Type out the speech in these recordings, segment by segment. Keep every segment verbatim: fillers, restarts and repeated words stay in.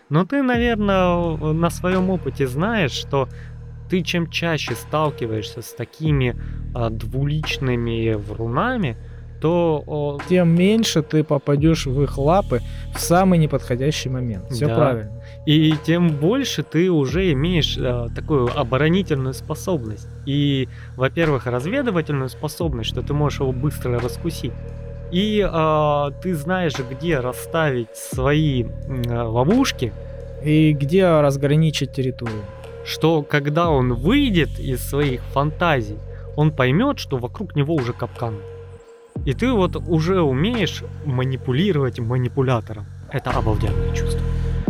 Но ты, наверное, на своем опыте знаешь, что ты чем чаще сталкиваешься с такими а, двуличными врунами, то о, Тем меньше ты попадешь в их лапы в самый неподходящий момент. Все да, правильно. и тем больше ты уже имеешь а, такую оборонительную способность. И, во-первых, разведывательную способность, что ты можешь его быстро раскусить. И а, ты знаешь, где расставить свои м, а, ловушки, И где разграничить территорию? что когда он выйдет из своих фантазий, он поймет, что вокруг него уже капкан. И ты вот уже умеешь манипулировать манипулятором. Это обалденное чувство.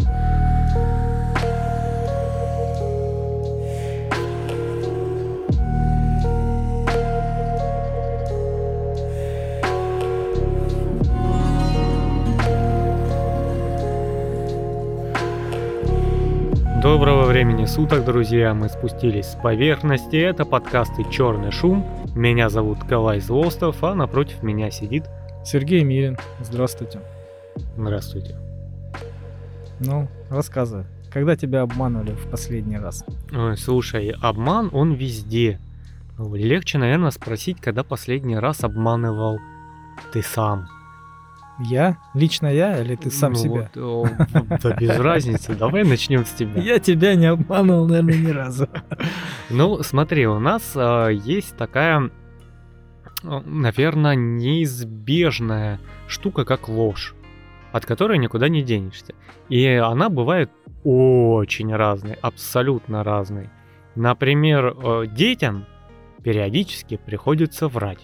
Доброго времени суток, друзья! Мы спустились с поверхности. Это подкасты «Черный шум». Меня зовут Калай Злостов, а напротив меня сидит... Сергей Мирин, здравствуйте. Здравствуйте. Ну, рассказывай, когда тебя обманывали в последний раз? Ой, слушай, обман, он везде. Легче, наверное, спросить, когда последний раз обманывал ты сам. Я? Лично я или ты сам Ну себя? вот, о, да без разницы, давай начнем с тебя. Я тебя не обманывал, наверное, ни разу. Ну, смотри, у нас а, есть такая, наверное, неизбежная штука, как ложь, от которой никуда не денешься. И она бывает очень разной, абсолютно разной. Например, э, детям периодически приходится врать.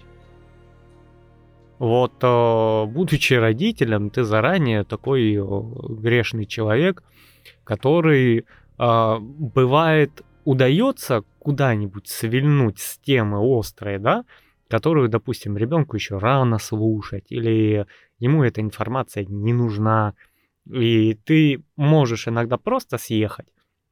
Вот, э, будучи родителем, ты заранее такой э, грешный человек, который, э, бывает, удается куда-нибудь свильнуть с темы острой, да, которую, допустим, ребенку еще рано слушать, или ему эта информация не нужна, и ты можешь иногда просто съехать,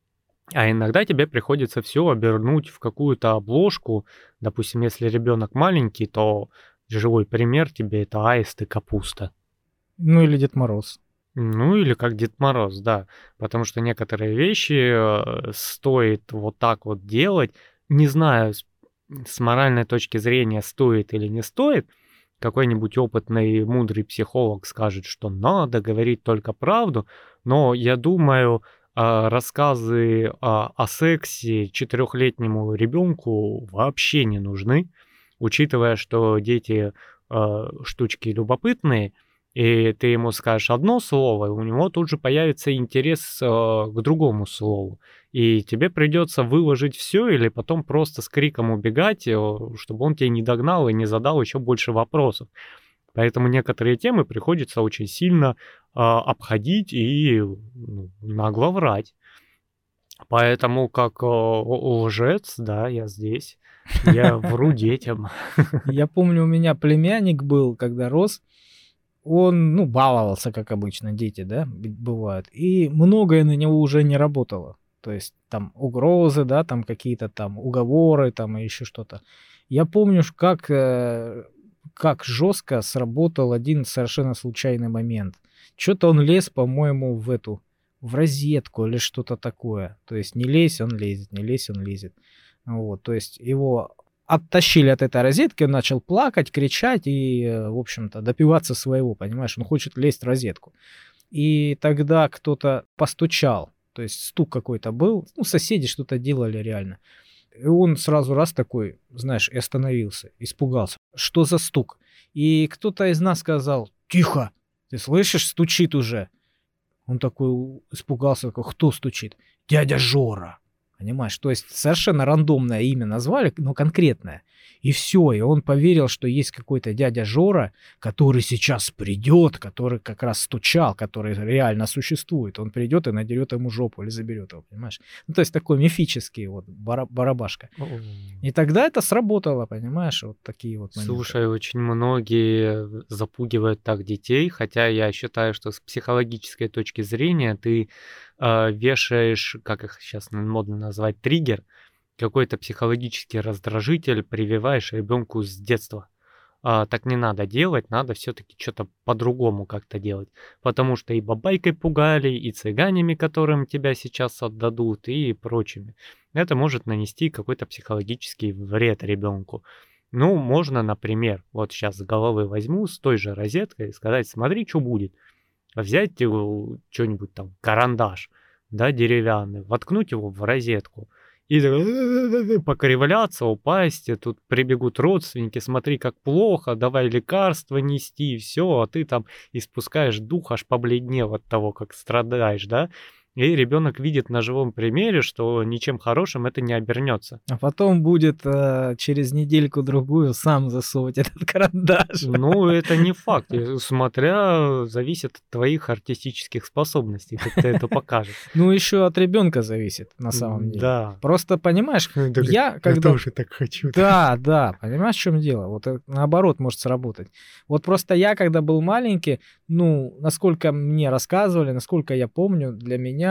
а иногда тебе приходится все обернуть в какую-то обложку. Допустим, если ребенок маленький, то живой пример тебе это аист и капуста. Ну или Дед Мороз. Ну или как Дед Мороз, да. Потому что некоторые вещи э, стоит вот так вот делать. Не знаю, с, с моральной точки зрения стоит или не стоит. Какой-нибудь опытный, мудрый психолог скажет, что надо говорить только правду. Но я думаю, а, рассказы а, о сексе четырехлетнему ребенку вообще не нужны, учитывая, что дети а, штучки любопытные, и ты ему скажешь одно слово, и у него тут же появится интерес а, к другому слову. И тебе придется выложить все или потом просто с криком убегать, э, чтобы он тебя не догнал и не задал еще больше вопросов. Поэтому некоторые темы приходится очень сильно а, обходить и ну, нагло врать. Поэтому как э, лжец, да, я здесь. Я вру детям. Я помню, у меня племянник был, когда рос, он, ну, баловался, как обычно, дети, да, б- бывают, и многое на него уже не работало. То есть там угрозы, да, там какие-то там уговоры, там и еще что-то. Я помню, ш- как, э, как жестко сработал один совершенно случайный момент. Что-то он лез, по-моему, в эту, в розетку или что-то такое. То есть не лезь, он лезет, не лезь, он лезет. Вот, то есть его оттащили от этой розетки, он начал плакать, кричать и, э, в общем-то, добиваться своего, понимаешь? Он хочет лезть в розетку. И тогда кто-то постучал, то есть стук какой-то был, ну, соседи что-то делали реально. И он сразу раз такой, знаешь, и остановился, испугался. Что за стук? И кто-то из нас сказал: «Тихо! Ты слышишь, стучит уже!» Он такой у- испугался, такой: «Кто стучит?» «Дядя Жора!» Понимаешь, то есть совершенно рандомное имя назвали, но конкретное. И все, и он поверил, что есть какой-то дядя Жора, который сейчас придет, который как раз стучал, который реально существует. Он придет и надерет ему жопу или заберет его, понимаешь? Ну, то есть такой мифический вот бара- барабашка. О, И тогда это сработало, понимаешь, вот такие вот моменты. Слушай, очень многие запугивают так детей, хотя я считаю, что с психологической точки зрения ты а, вешаешь, как их сейчас модно назвать, триггер, какой-то психологический раздражитель прививаешь ребенку с детства. а, так не надо делать, надо все-таки что-то по-другому как-то делать. Потому что и бабайкой пугали, и цыганями, которым тебя сейчас отдадут, и прочими. Это может нанести какой-то психологический вред ребенку. Ну, можно, например, вот сейчас с головы возьму, с той же розеткой, и сказать, смотри, что будет. Взять его, что-нибудь там, карандаш, да, деревянный, воткнуть его в розетку и покривляться, упасть, и тут прибегут родственники, смотри, как плохо, давай лекарства нести, все, а ты там испускаешь дух, аж побледнев от того, как страдаешь, да. И ребенок видит на живом примере, что ничем хорошим это не обернется. А потом будет э, через недельку-другую сам засовывать этот карандаш. Ну, это не факт. Смотря, зависит от твоих артистических способностей, как ты это покажешь. Ну, еще от ребенка зависит, на самом деле. Да. Просто, понимаешь, я когда... тоже так хочу. Да, да, понимаешь, в чем дело? Вот это, наоборот может сработать. Вот просто я, когда был маленький, ну, насколько мне рассказывали, насколько я помню, для меня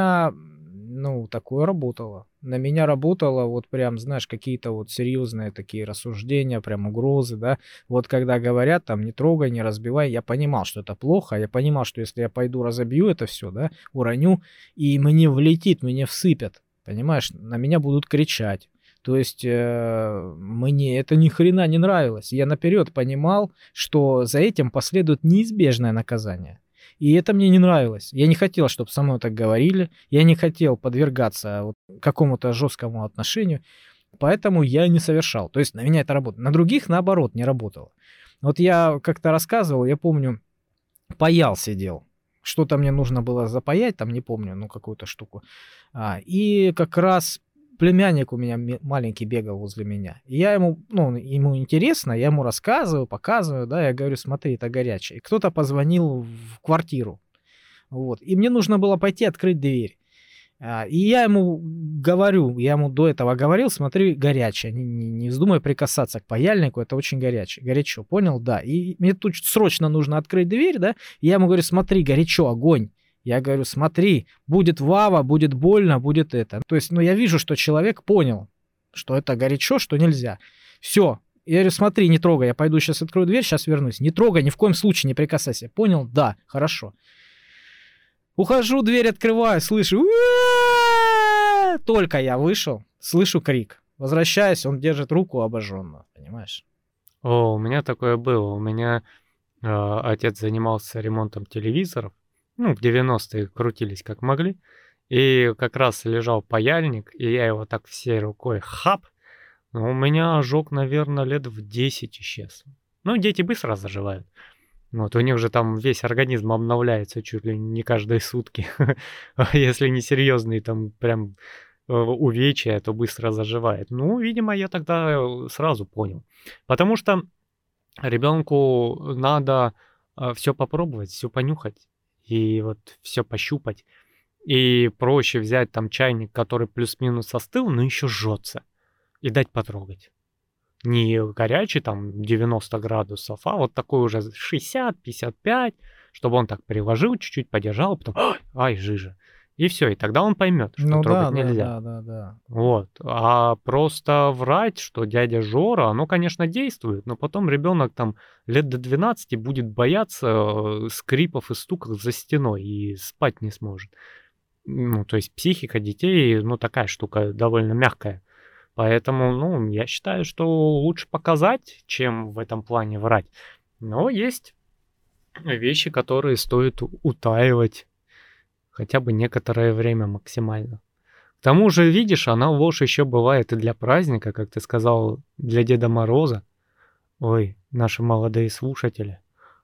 ну, такое работало. На меня работало вот прям, знаешь, какие-то вот серьезные такие рассуждения, прям угрозы, да. Вот когда говорят там не трогай, не разбивай, я понимал, что это плохо, я понимал, что если я пойду разобью это все, да, уроню, и мне влетит, мне всыпят, понимаешь, на меня будут кричать. То есть э, мне это ни хрена не нравилось. Я наперед понимал, что за этим последует неизбежное наказание. И это мне не нравилось. Я не хотел, чтобы со мной так говорили. Я не хотел подвергаться вот какому-то жесткому отношению. Поэтому я не совершал. То есть на меня это работало. На других, наоборот, не работало. Вот я как-то рассказывал, я помню, паял сидел. Что-то мне нужно было запаять, там не помню, ну какую-то штуку. А, и как раз племянник у меня маленький бегал возле меня. И я ему, ну, ему интересно, я ему рассказываю, показываю, да, я говорю, смотри, это горячее. И кто-то позвонил в квартиру, вот, и мне нужно было пойти открыть дверь. И я ему говорю, я ему до этого говорил, смотри, горячее, не, не, не вздумай прикасаться к паяльнику, это очень горячее. Горячо, понял? Да. И мне тут срочно нужно открыть дверь, да, и я ему говорю, смотри, горячо, огонь. Я говорю, смотри, будет вава, будет больно, будет это. То есть, ну, я вижу, что человек понял, что это горячо, что нельзя. Все. Я говорю, смотри, не трогай, я пойду сейчас открою дверь, сейчас вернусь. Не трогай, ни в коем случае не прикасайся. Понял? Да, хорошо. Ухожу, дверь открываю, слышу. Только я вышел, слышу крик. Возвращаюсь, он держит руку обожженную, понимаешь? О, у меня такое было. У меня э, отец занимался ремонтом телевизоров. Ну, в девяностые крутились как могли. И как раз лежал паяльник, и я его так всей рукой хап. Но у меня ожог, наверное, лет в десять исчез. Ну, дети быстро заживают. Вот, у них же там весь организм обновляется чуть ли не каждые сутки. А если не серьезные там прям увечья, то быстро заживает. Ну, видимо, я тогда сразу понял. Потому что ребенку надо все попробовать, все понюхать. И вот все пощупать. И проще взять там чайник, который плюс-минус остыл, но еще жжется. И дать потрогать. Не горячий, там, девяносто градусов, а вот такой уже шестьдесят пятьдесят пять, чтобы он так приложил, чуть-чуть подержал, а потом, ай, жижа. И все, и тогда он поймет, что ну, трогать да, нельзя. Да, да, да. Вот. А просто врать, что дядя Жора, оно, конечно, действует, но потом ребенок там лет до двенадцати будет бояться скрипов и стуков за стеной и спать не сможет. Ну, то есть психика детей, ну, такая штука довольно мягкая. Поэтому, ну, я считаю, что лучше показать, чем в этом плане врать. Но есть вещи, которые стоит утаивать хотя бы некоторое время максимально. К тому же, видишь, она ложь еще бывает и для праздника, как ты сказал, для Деда Мороза. Ой, наши молодые слушатели.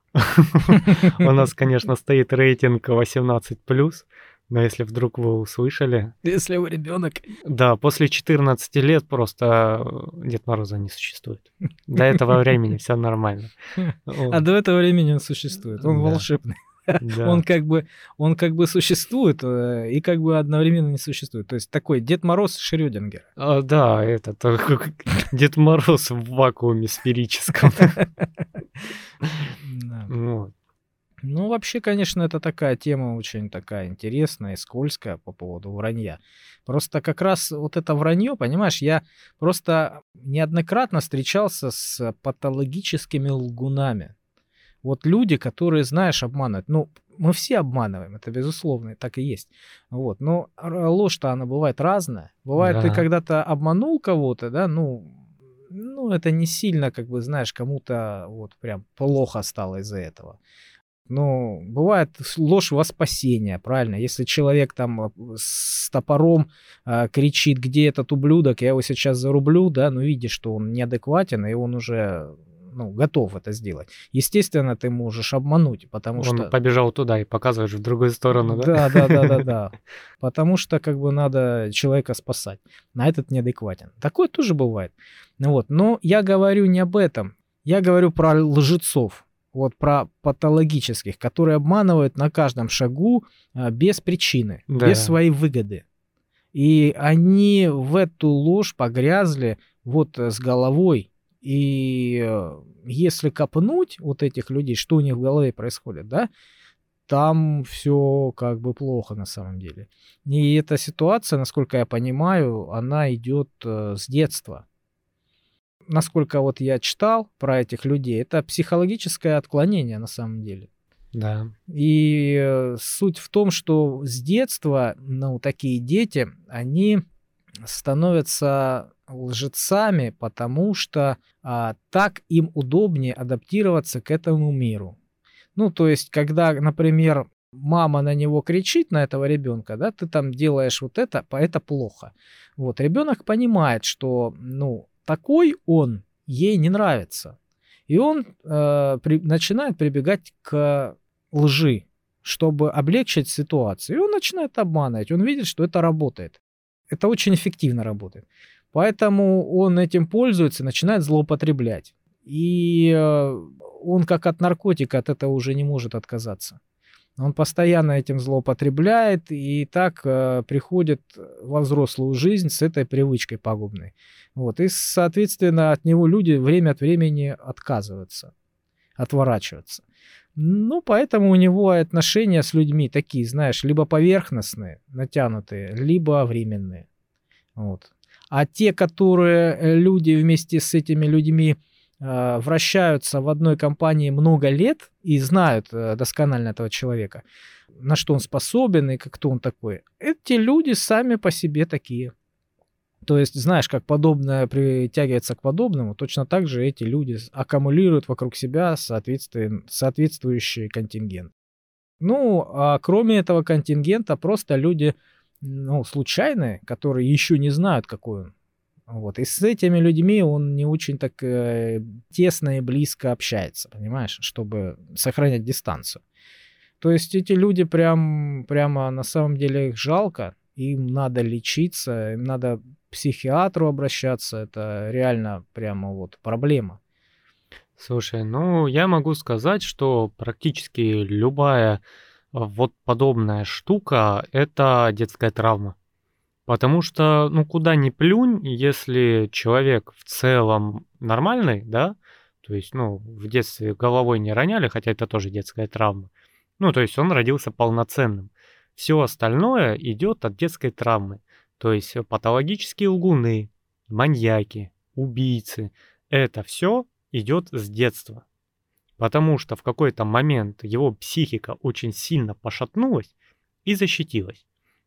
У нас, конечно, стоит рейтинг восемнадцать плюс, но если вдруг вы услышали... Если вы ребенок. Да, после четырнадцати лет просто Дед Мороза не существует. До этого времени все нормально. А до этого времени он существует, он волшебный. Да. Он как бы, он как бы существует и как бы одновременно не существует. То есть такой Дед Мороз Шрёдингер. А, да, это Дед Мороз в вакууме сферическом. Вот. Ну, вообще, конечно, это такая тема очень такая интересная и скользкая по поводу вранья. Просто как раз вот это вранье, понимаешь, я просто неоднократно встречался с патологическими лгунами. Вот люди, которые, знаешь, обманывают. Ну, мы все обманываем, это безусловно, так и есть. Вот. Но р- ложь-то она бывает разная. Бывает, ты Да. когда-то обманул кого-то, да, ну, ну, это не сильно, как бы, знаешь, кому-то вот прям плохо стало из-за этого. Ну, бывает с ложь во спасение, правильно? Если человек там а, с топором а, кричит, где этот ублюдок, я его сейчас зарублю, да, ну видишь, что он неадекватен, и он уже, ну, готов это сделать. Естественно, ты можешь обмануть, потому Он что... побежал туда и показываешь в другую сторону, да? Да, да, да, да, да. Потому что как бы надо человека спасать, а этот неадекватен. Такое тоже бывает. Ну вот, но я говорю не об этом. Я говорю про лжецов. Вот про патологических, которые обманывают на каждом шагу а, без причины, без Да. своей выгоды. И они в эту ложь погрязли вот э, с головой. И э, если копнуть вот этих людей, что у них в голове происходит, да, там все как бы плохо на самом деле. И эта ситуация, насколько я понимаю, она идет э, с детства. Насколько вот я читал про этих людей, это психологическое отклонение на самом деле. Да. И э, суть в том, что с детства, ну, такие дети, они становятся лжецами, потому что а, так им удобнее адаптироваться к этому миру. Ну, то есть, когда, например, мама на него кричит, на этого ребенка, да, ты там делаешь вот это, по- это плохо. Вот, ребенок понимает, что, ну, такой он ей не нравится. И он э, при- начинает прибегать к лжи, чтобы облегчить ситуацию. И он начинает обманывать, он видит, что это работает. Это очень эффективно работает. Поэтому он этим пользуется, начинает злоупотреблять. И э, он как от наркотика от этого уже не может отказаться. Он постоянно этим злоупотребляет и так э, приходит во взрослую жизнь с этой привычкой пагубной. Вот. И, соответственно, от него люди время от времени отказываются, отворачиваются. Ну, поэтому у него отношения с людьми такие, знаешь, либо поверхностные, натянутые, либо временные. Вот. А те, которые э, люди вместе с этими людьми э, вращаются в одной компании много лет и знают э, досконально этого человека, на что он способен и как- кто он такой, эти люди сами по себе такие. То есть, знаешь, как подобное притягивается к подобному, точно так же эти люди с- аккумулируют вокруг себя соответствие- соответствующий контингент. Ну, а кроме этого контингента, просто люди, ну, случайные, которые еще не знают, какой он. Вот. И с этими людьми он не очень так э, тесно и близко общается, понимаешь, чтобы сохранять дистанцию. То есть эти люди прям, прямо на самом деле их жалко, им надо лечиться, им надо к психиатру обращаться, это реально прямо вот проблема. Слушай, ну, я могу сказать, что практически любая а, вот подобная штука — это детская травма. Потому что, ну, куда ни плюнь, если человек в целом нормальный, да, то есть, ну, в детстве головой не роняли, хотя это тоже детская травма, ну, то есть он родился полноценным. Все остальное идет от детской травмы. То есть э, патологические лгуны, маньяки, убийцы — это все идет с детства. Потому что в какой-то момент его психика очень сильно пошатнулась и защитилась.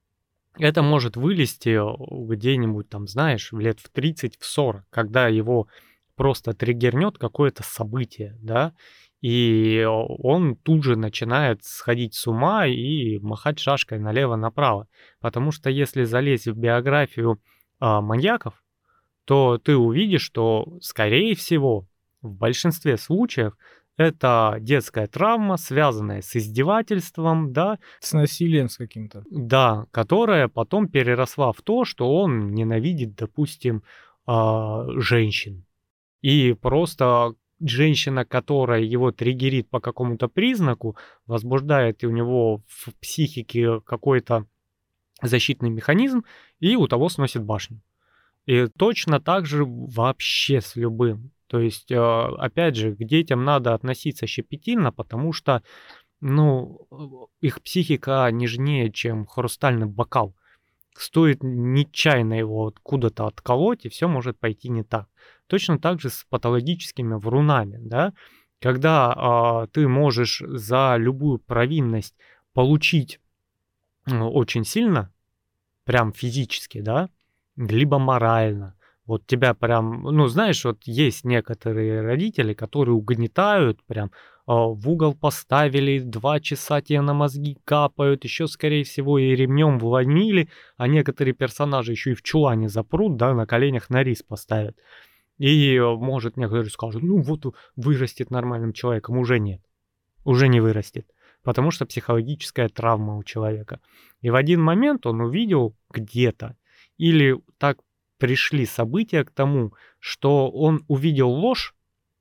Это может вылезти э, где-нибудь там, знаешь, в лет в тридцать, в сорок, когда его просто триггернет какое-то событие, да, и э, он тут же начинает сходить с ума и махать шашкой налево-направо. Потому что если залезть в биографию а, маньяков, то ты увидишь, что, скорее всего, в большинстве случаев это детская травма, связанная с издевательством, да, С насилием с каким-то. да, которая потом переросла в то, что он ненавидит, допустим, а, женщин. И просто женщина, которая его триггерит по какому-то признаку, возбуждает у него в психике какой-то защитный механизм, и у того сносит башню. И точно так же вообще с любым. То есть, а, опять же, к детям надо относиться щепетильно, потому что ну, их психика нежнее, чем хрустальный бокал. Стоит нечаянно его откуда-то отколоть, и все может пойти не так. Точно так же с патологическими врунами, да. Когда, а, ты можешь за любую провинность получить, м, очень сильно, прям физически, да, либо морально. Вот тебя прям, ну, знаешь, вот есть некоторые родители, которые угнетают, прям а, в угол поставили, два часа тебе на мозги капают, еще, скорее всего, и ремнем вломили, а некоторые персонажи еще и в чулане запрут, да, на коленях на рис поставят. И, э, может, некоторые скажут, ну вот у- вырастет нормальным человеком. Уже нет, уже не вырастет, потому что психологическая травма у человека. И в один момент он увидел где-то, или так пришли события к тому, что он увидел ложь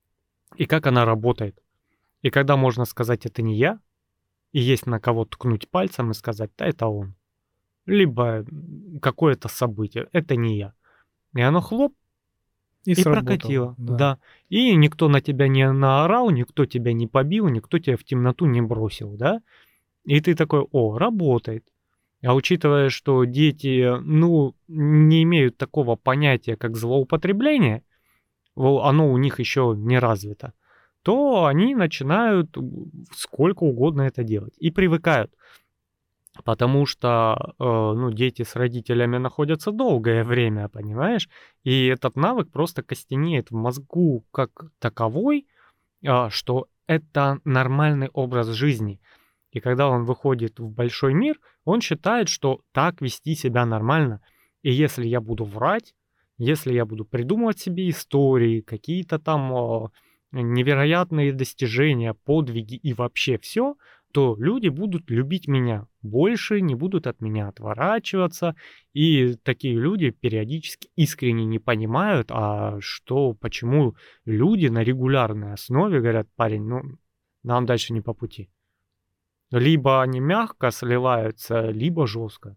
и как она работает. И когда можно сказать «это не я», и есть на кого ткнуть пальцем и сказать «да, это он», либо м, какое-то событие «это не я». И оно хлоп, И и сработало, прокатило, да. да. И никто на тебя не наорал, никто тебя не побил, никто тебя в темноту не бросил, да. И ты такой: «О, работает». А учитывая, что дети, ну, не имеют такого понятия, как злоупотребление, во оно у них еще не развито, то они начинают у сколько угодно это делать и привыкают. Потому что, э, ну, дети с родителями находятся долгое время, понимаешь? И этот навык просто костенеет в мозгу как таковой, а, что это нормальный образ жизни. И когда он выходит в большой мир, он считает, что так вести себя нормально. И если я буду врать, если я буду придумывать себе истории, какие-то там а, невероятные достижения, подвиги и вообще все, то люди будут любить меня больше, не будут от меня отворачиваться. И такие люди периодически искренне не понимают, а что, почему люди на регулярной основе говорят: парень, ну, нам дальше не по пути. Либо они мягко сливаются, либо жестко.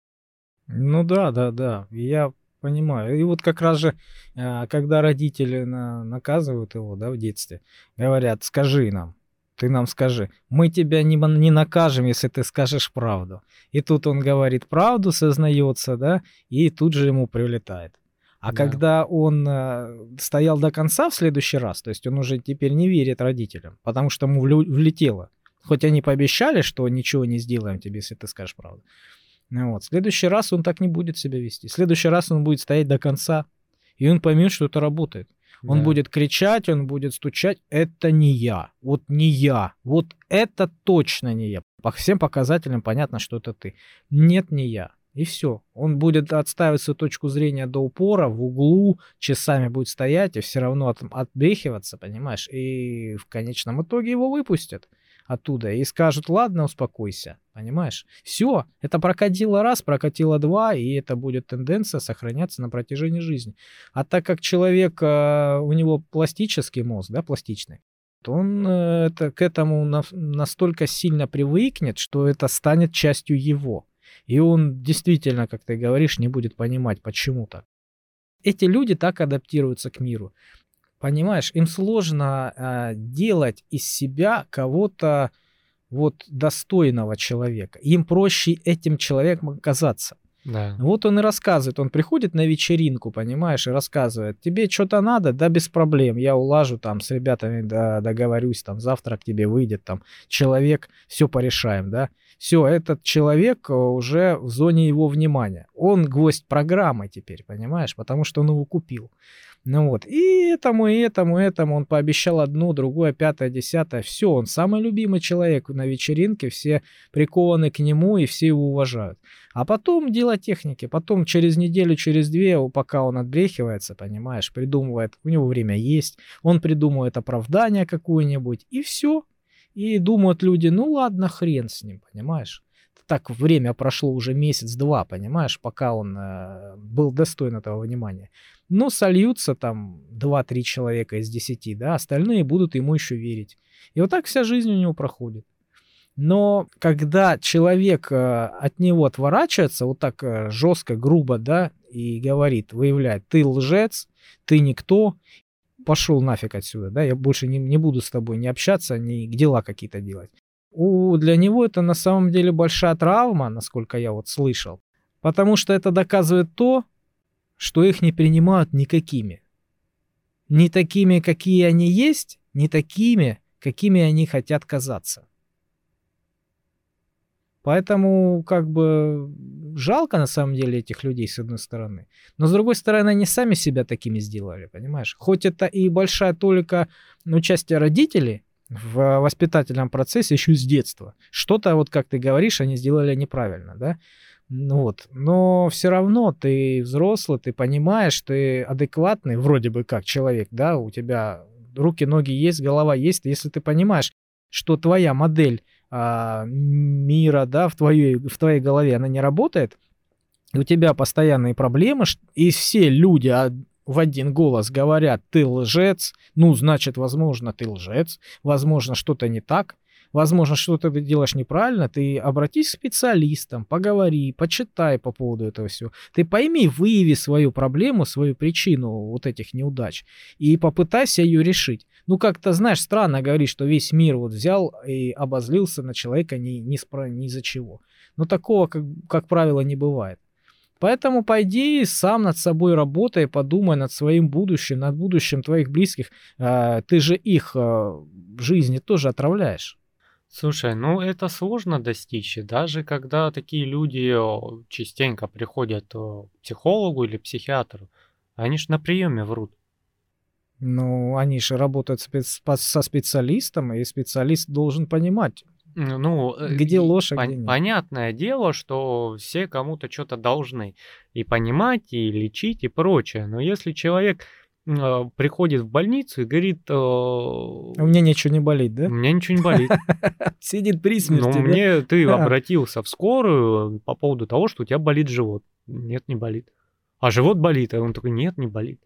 Ну да, да, да, я понимаю. И вот как раз же, а, когда родители на наказывают его, да, в детстве, говорят: «Скажи нам, ты нам скажи, мы тебя не мон не накажем, если ты скажешь правду». И тут он говорит правду, сознается, да, и тут же ему прилетает. А Да. когда он, а, стоял до конца в следующий раз, то есть он уже теперь не верит родителям, потому что ему влю влетело. Хоть они пообещали, что ничего не сделаем тебе, если ты скажешь правду. Ну вот. В следующий раз он так не будет себя вести. В следующий раз он будет стоять до конца, и он поймет, что это работает. Он Да. будет кричать, он будет стучать. Это не я. Вот не я. Вот это точно не я. По всем показателям понятно, что это ты. Нет, не я. И все. Он будет отстаивать свою точку зрения до упора, в углу, часами будет стоять и все равно от, отбрехиваться, понимаешь? И в конечном итоге его выпустят оттуда и скажут: ладно, успокойся, понимаешь? Все, это прокатило раз, прокатило два, и это будет тенденция сохраняться на протяжении жизни. А так как человек, а, у него пластический мозг, да, пластичный, то он э, это, к этому на- настолько сильно привыкнет, что это станет частью его. И он действительно, как ты говоришь, не будет понимать, почему так. Эти люди так адаптируются к миру. Понимаешь, им сложно а, делать из себя кого-то вот достойного человека. Им проще этим человеком казаться. Да. Вот он и рассказывает, он приходит на вечеринку, понимаешь, и рассказывает: тебе что-то надо, да, без проблем, я улажу там с ребятами, да, договорюсь, там завтра к тебе выйдет там человек, все порешаем, да. Все, этот человек э, уже в зоне его внимания. Он гвоздь программы теперь, понимаешь, потому что он его купил. Ну вот, и этому, и этому, и этому он пообещал одно, другое, пятое, десятое. Все, он самый любимый человек на вечеринке, все прикованы к нему и все его уважают. А потом дело техники. Потом через неделю, через две, о, пока он отбрехивается, понимаешь, придумывает, у него время есть, он придумывает оправдание какое-нибудь, и все. И думают люди: ну ладно, хрен с ним, понимаешь. Так время прошло уже месяц-два, понимаешь, пока он э, был достоин этого внимания. Но сольются там два-три человека из десяти, да, остальные будут ему еще верить. И вот так вся жизнь у него проходит. Но когда человек, э, от него отворачивается вот так, э, жестко, грубо, да, и говорит, выявляет: ты лжец, ты никто, пошел нафиг отсюда, да, я больше не, не буду с тобой не общаться, ни дела какие-то делать. у, для него это на самом деле большая травма, насколько я вот слышал. Потому что это доказывает то, что их не принимают никакими. Не такими, какие они есть, не такими, какими они хотят казаться. Поэтому как бы жалко на самом деле этих людей с одной стороны. Но с другой стороны, они сами себя такими сделали, понимаешь? Хоть это и большая толика участия родителей в воспитательном процессе еще с детства. Что-то, вот как ты говоришь, они сделали неправильно, да? Ну вот. Но все равно ты взрослый, ты понимаешь, ты адекватный, вроде бы как человек, да, у тебя руки, ноги есть, голова есть. Если ты понимаешь, что твоя модель а, мира, да, в твоей, в твоей голове, она не работает, и у тебя постоянные проблемы, и все люди в один голос говорят: ты лжец, ну, значит, возможно, ты лжец, возможно, что-то не так, возможно, что-то ты делаешь неправильно, ты обратись к специалистам, поговори, почитай по поводу этого всего. Ты пойми, выяви свою проблему, свою причину вот этих неудач и попытайся ее решить. Ну, как-то, знаешь, странно говорить, что весь мир вот взял и обозлился на человека ни, ни, спро- ни из-за чего. Но такого, как, как правило, не бывает. Поэтому пойди сам над собой работай, подумай над своим будущим, над будущим твоих близких. Ты же их в жизни тоже отравляешь. Слушай, ну это сложно достичь, и даже когда такие люди о, частенько приходят о, к психологу или психиатру, они ж на приеме врут. Ну, они же работают спец- по- со специалистом, и специалист должен понимать, М, Ну, э, где и ложь, а пон- где нет. понятное дело, что все кому-то что-то должны и понимать, и лечить, и прочее. Но если человек м, э, приходит в больницу и говорит, э, У меня ничего не болит, у да? меня ничего не болит, Сидит при но смерти, да? мне ты А, обратился в скорую по поводу того, что у тебя болит живот. Нет, не болит. А живот болит, а он такой, нет, не болит.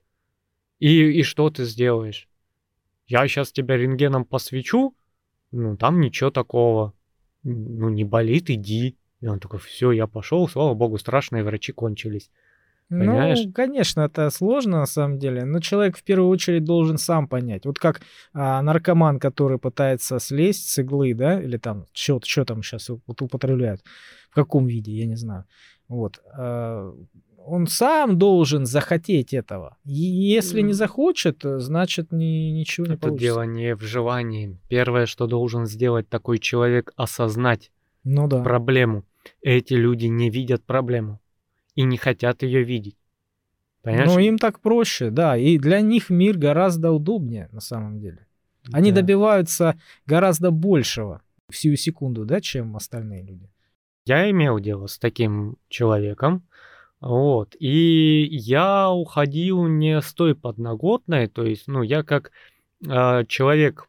И, и что ты сделаешь? Я сейчас тебя рентгеном посвечу, ну, там ничего такого. Н- Ну, не болит, иди. И он такой, все, я пошел, слава богу, страшные врачи кончились. Понимаешь? Ну, конечно, это сложно на самом деле, но человек в первую очередь должен сам понять. Вот как а, наркоман, который пытается слезть с иглы, да, или там, что там сейчас вот употребляют, в каком виде, я не знаю. Вот. а, Он сам должен захотеть этого. И если не М, захочет, э, значит ни, ничего не Это получится. дело не в желании. Первое, что должен сделать такой человек, осознать Ну да. проблему. Эти люди не видят проблему и не хотят ее видеть. Понимаешь? Ну, им так проще, да. И для них мир гораздо удобнее, на самом деле. Они Да. добиваются гораздо большего в сию секунду, да, чем остальные люди. Я имел дело с таким человеком, вот, и я уходил не с той подноготной, то есть, ну, я как а, человек,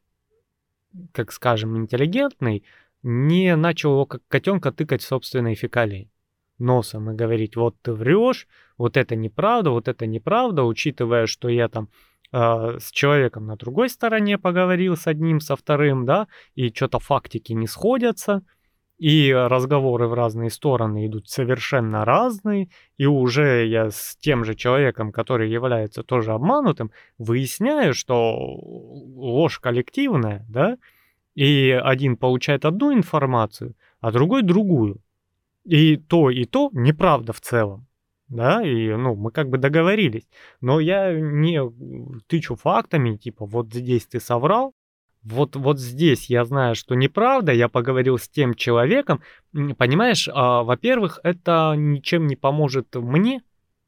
как скажем, интеллигентный, не начал его как котенка тыкать в собственные фекалии носом и говорить, вот ты врешь, вот это неправда, вот это неправда, учитывая, что я там а, с человеком на другой стороне поговорил, с одним, со вторым, да, и что-то фактики не сходятся, и разговоры в разные стороны идут совершенно разные, и уже я с тем же человеком, который является тоже обманутым, выясняю, что ложь коллективная, да, и один получает одну информацию, а другой другую. И то, и то неправда в целом. Да, и, ну, мы как бы договорились. Но я не тычу фактами, типа, вот здесь ты соврал, вот, вот здесь я знаю, что неправда, я поговорил с тем человеком. М, Понимаешь, а, во-первых, это ничем не поможет мне,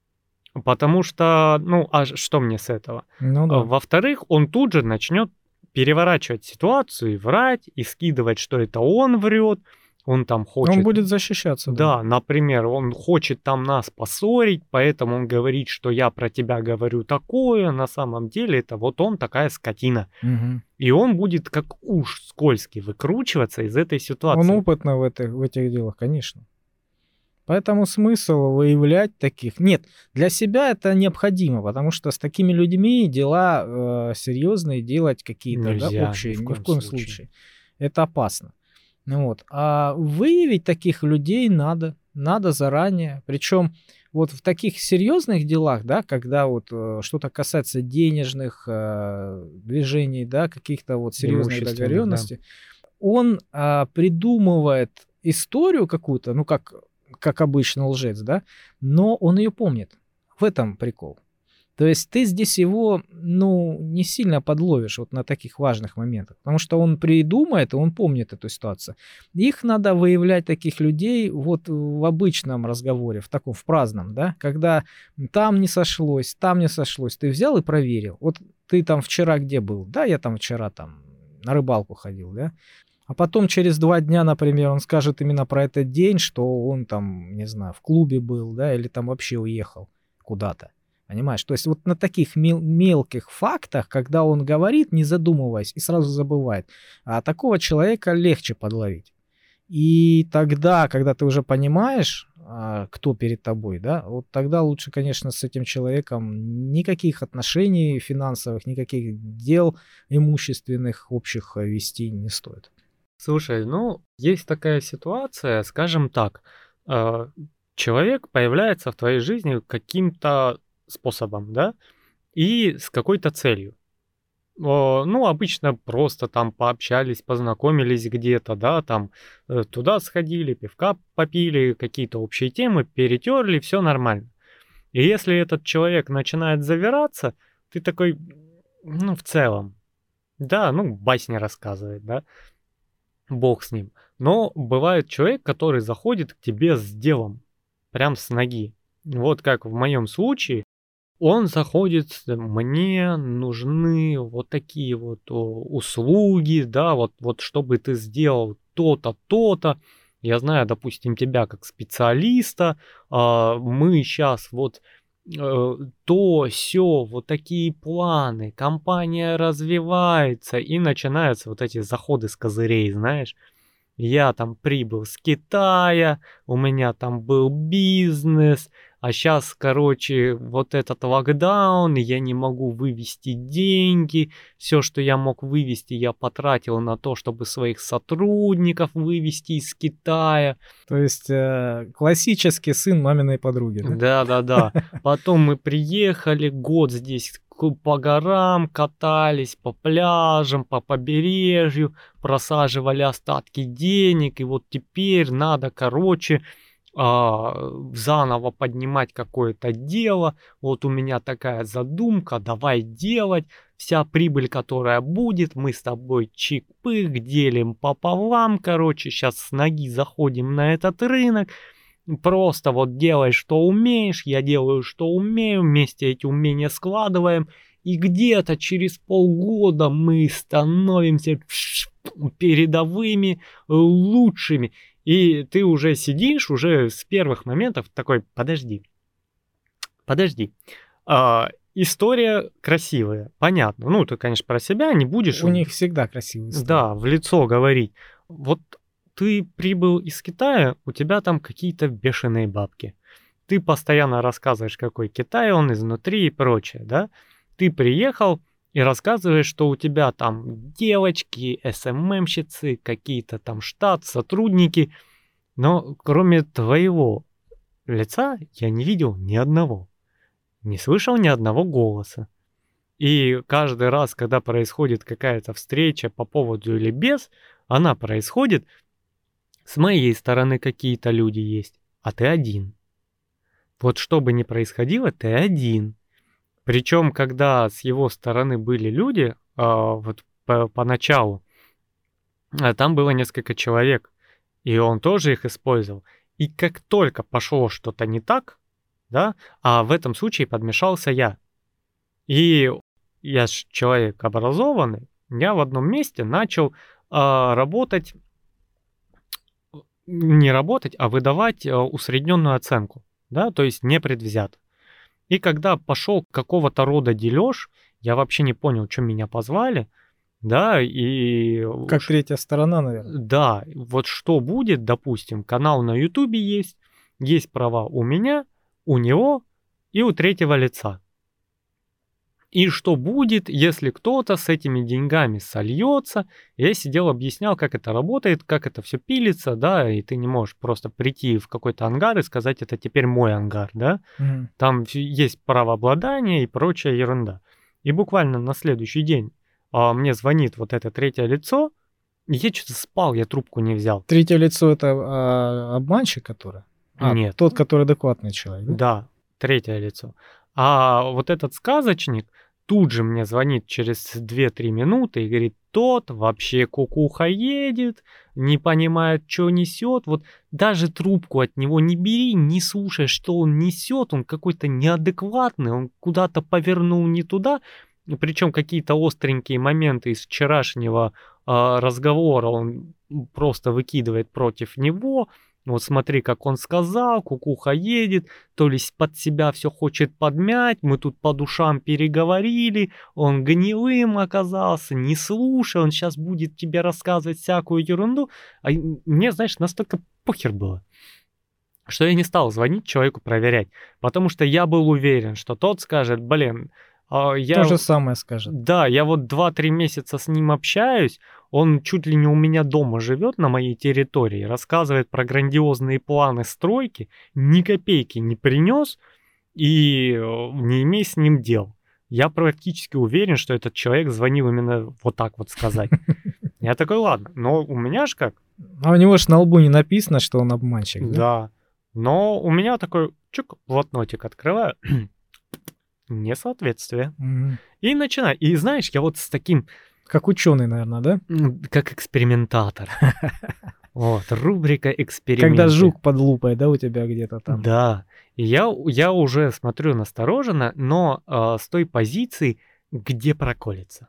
потому что, ну, а ш- что мне с этого? Ну А, да. Во-вторых, он тут же начнет переворачивать ситуацию и врать, и скидывать, что это он врет, он там Он хочет. будет защищаться, да. Да, например, он хочет там нас поссорить, поэтому он говорит, что я про тебя говорю такое, на самом деле это вот он такая скотина. Мгм. И он будет как уж скользкий выкручиваться из этой Он ситуации. опытный в этих, в этих делах, конечно. Поэтому смысл выявлять таких. Нет, для себя это необходимо, потому что с такими людьми дела э, серьезные делать какие-то, да, Нельзя, ни общие, в ни в коем коем случае. случае. Это опасно. Ну вот. А выявить таких людей надо, надо заранее. Причем вот в таких серьезных делах, да, когда вот э, что-то касается денежных э, движений, да, каких-то вот серьезных Имущественных, да. договоренностей, он а, придумывает историю какую-то, ну, как, как обычно лжец, да, но он ее помнит. В этом прикол. То есть ты здесь его, ну, не сильно подловишь вот на таких важных моментах, потому что он придумает, и он помнит эту ситуацию. Их надо выявлять, таких людей, вот в обычном разговоре, в таком, в праздном, да, когда там не сошлось, там не сошлось, ты взял и проверил. Вот ты там вчера где был? Да, я там вчера там на рыбалку ходил, да. А потом через два дня, например, он скажет именно про этот день, что он там, не знаю, в клубе был, да, или там вообще уехал куда-то. Понимаешь? То есть вот на таких мел- мелких фактах, когда он говорит, не задумываясь, и сразу забывает, а такого человека легче подловить. И тогда, когда ты уже понимаешь, а, кто перед тобой, да, вот тогда лучше, конечно, с этим человеком никаких отношений финансовых, никаких дел имущественных общих а, вести не стоит. Слушай, ну, есть такая ситуация, скажем так, э, человек появляется в твоей жизни каким-то способом, да, и с какой-то целью. О, ну, обычно просто там пообщались, познакомились где-то, да, там э, туда сходили, пивка попили, какие-то общие темы, перетерли, все нормально. И если этот человек начинает завираться, ты такой, ну, в целом, да, ну, басни рассказывает, да, бог с ним. Но бывает человек, который заходит к тебе с делом, прям с ноги. Вот как в моем случае, он заходит, с- мне нужны вот такие вот о, услуги, да, вот, вот чтобы ты сделал то-то, то-то. Я знаю, допустим, тебя как специалиста, а, мы сейчас вот э, то, сё, вот такие планы, компания развивается, и начинаются вот эти заходы с козырей, знаешь. Я там прибыл с Китая, у меня там был бизнес, а сейчас, короче, вот этот локдаун, и я не могу вывести деньги. Все, что я мог вывести, я потратил на то, чтобы своих сотрудников вывести из Китая. То есть э, классический сын маминой подруги, да? Да-да-да. Потом мы приехали, год здесь к- по горам катались, по пляжам, по побережью, просаживали остатки денег, и вот теперь надо, короче, а, заново поднимать какое-то дело. Вот у меня такая задумка, давай делать. Вся прибыль, которая будет, мы с тобой чик-пык делим пополам, короче, сейчас с ноги заходим на этот рынок. Просто вот делай, что умеешь, я делаю, что умею, вместе эти умения складываем, и где-то через полгода мы становимся передовыми, лучшими. И ты уже сидишь, уже с первых моментов такой, подожди, подожди. А, история красивая, понятно. Ну, ты, конечно, про себя не будешь, У них всегда красивые истории. да, в лицо говорить. Вот ты прибыл из Китая, у тебя там какие-то бешеные бабки. Ты постоянно рассказываешь, какой Китай он изнутри и прочее, да? Ты приехал и рассказываешь, что у тебя там девочки, эс эм эм-щицы, какие-то там штат, сотрудники. Но кроме твоего лица я не видел ни одного. Не слышал ни одного голоса. И каждый раз, когда происходит какая-то встреча по поводу или без, она происходит, с моей стороны какие-то люди есть, а ты один. Вот что бы ни происходило, ты один. Причем, когда с его стороны были люди, а, вот по- поначалу, а, там было несколько человек, и он тоже их использовал. И как только пошло что-то не так, да, а в этом случае подмешался я. И я ж человек образованный, я в одном месте начал а, работать, не работать, а выдавать а, усредненную оценку, да, то есть не предвзято. И когда пошел какого-то рода дележ, я вообще не понял, что меня позвали, да, и Как ш- третья сторона, наверное. да, вот что будет, допустим, канал на Ютубе есть, есть права у меня, у него и у третьего лица. И что будет, если кто-то с этими деньгами сольется? Я сидел, объяснял, как это работает, как это все пилится, да, и ты не можешь просто прийти в какой-то ангар и сказать, это теперь мой ангар, да. Мгм. Там фи- есть правообладание и прочая ерунда. И буквально на следующий день а, мне звонит вот это третье лицо Я что-то спал, я трубку не взял. Третье лицо это а, обманщик, который? А, Нет. тот, который адекватный человек, да? Да, третье лицо. А вот этот сказочник тут же мне звонит через две-три минуты и говорит, тот вообще кукуха едет, не понимает, что несет. Вот даже трубку от него не бери, не слушай, что он несет. Он какой-то неадекватный, он куда-то повернул не туда. Причем какие-то остренькие моменты из вчерашнего э, разговора он просто выкидывает против него. Вот смотри, как он сказал, кукуха едет, то ли под себя все хочет подмять, мы тут по душам переговорили, он гнилым оказался, не слушай, он сейчас будет тебе рассказывать всякую ерунду. А мне, знаешь, настолько похер было, что я не стал звонить человеку проверять, потому что я был уверен, что тот скажет, блин, я... То же самое скажет. Да, я вот два-три месяца с ним общаюсь, он чуть ли не у меня дома живет на моей территории, рассказывает про грандиозные планы стройки, ни копейки не принес и не имей с ним дел. Я практически уверен, что этот человек звонил именно вот так вот сказать. Я такой, ладно, но у меня ж как? А у него ж на лбу не написано, что он обманщик, да? Да, но у меня такой, чук, блокнотик открываю, несоответствие. Угу. И начинаю. И знаешь, я вот с таким... Как ученый, наверное, да? Как экспериментатор. Вот, рубрика эксперименты. Когда жук под лупой, да, у тебя где-то там. Да. И я, я уже смотрю настороженно, но э, с той позиции, где проколется.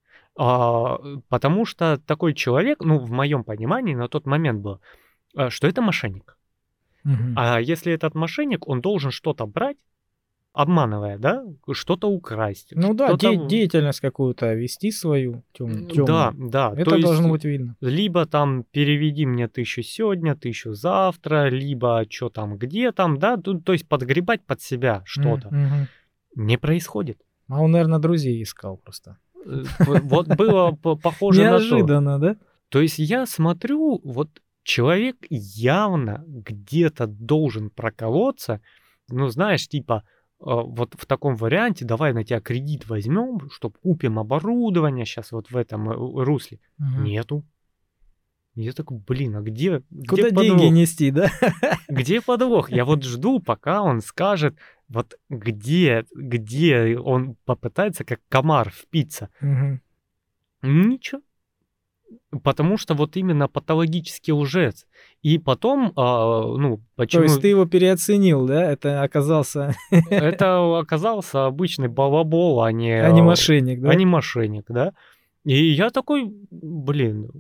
А, потому что такой человек, ну, в моем понимании на тот момент был, что это мошенник. Угу. А если этот мошенник, он должен что-то брать, обманывая, да, что-то украсть. Ну да, что-то... де- деятельность какую-то вести свою темную. Да, да. Это то должно есть, быть видно. Либо там переведи мне тысячу сегодня, тысячу завтра, либо что там, где там, да, то, то есть подгребать под себя что-то. Mm-hmm. Не происходит. А он, наверное, друзей искал просто. Вот было похоже на то. Неожиданно, да? То есть я смотрю, вот человек явно где-то должен проколоться, ну знаешь, типа, вот в таком варианте давай на тебя кредит возьмем, чтобы купим оборудование сейчас вот в этом русле. Угу. Нету. Я такой, блин, а где, Куда где деньги подвох? нести, да? Где подвох? Я вот жду, пока он скажет, вот где, где он попытается, как комар, впиться. Угу. Ничего. Потому что вот именно патологический лжец. И потом, а, ну, почему... То есть ты его переоценил, да? Это оказался... Это оказался обычный балабол, а не... А не мошенник, да? А не мошенник, да. И я такой, блин,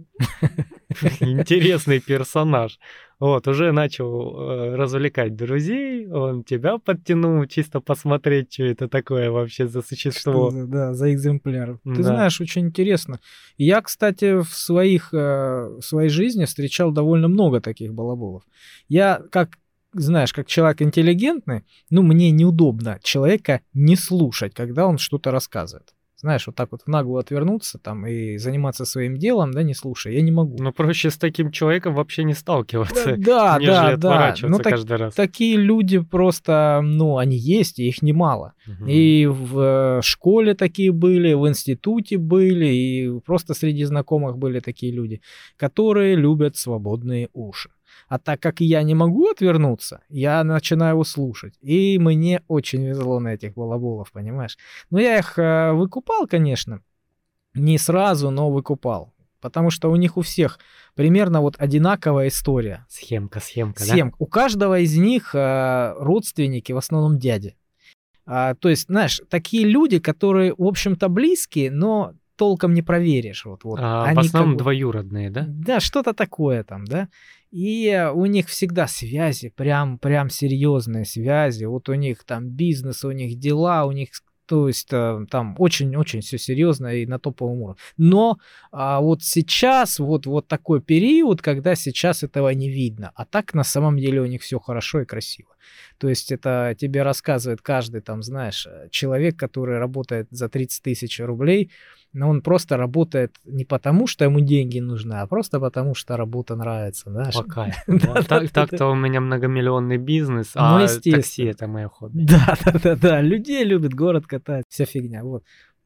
интересный персонаж. Вот, уже начал э, развлекать друзей, он тебя подтянул, чисто посмотреть, что это такое вообще за существо. Что за, да, за экземпляр. Да. Ты знаешь, очень интересно. Я, кстати, в, своих, э, в своей жизни встречал довольно много таких балаболов. Я, как знаешь, как человек интеллигентный, ну, мне неудобно человека не слушать, когда он что-то рассказывает. Знаешь, вот так вот в наглую отвернуться там и заниматься своим делом, да, не слушай, я не могу. Ну, проще с таким человеком вообще не сталкиваться, да, нежели да, отворачиваться да. каждый так, раз. Такие люди просто, ну, они есть, и их немало. Угу. И в школе такие были, в институте были, и просто среди знакомых были такие люди, которые любят свободные уши. А так как я не могу отвернуться, я начинаю его слушать. И мне очень везло на этих балаболов, понимаешь? Но я их э, выкупал, конечно. Не сразу, но выкупал. Потому что у них у всех примерно вот одинаковая история. Схемка, схемка, Схемка. да? У каждого из них э, родственники, в основном дяди. А, то есть, знаешь, такие люди, которые, в общем-то, близкие, но толком не проверишь. Вот, вот. А, Они в основном как... двоюродные, да? Да, что-то такое там, да. И у них всегда связи, прям, прям серьезные связи. Вот у них там бизнес, у них дела, у них, то есть там очень-очень все серьезно и на топовом уровне. Но а вот сейчас, вот, вот такой период, когда сейчас этого не видно. А так на самом деле у них все хорошо и красиво. То есть это тебе рассказывает каждый, там, знаешь, человек, который работает за тридцать тысяч рублей, но он просто работает не потому, что ему деньги нужны, а просто потому, что работа нравится. Да? Пока. Так-то у меня многомиллионный бизнес, а такси — это мое хобби. Да-да-да, людей любят город катать, вся фигня. Вот.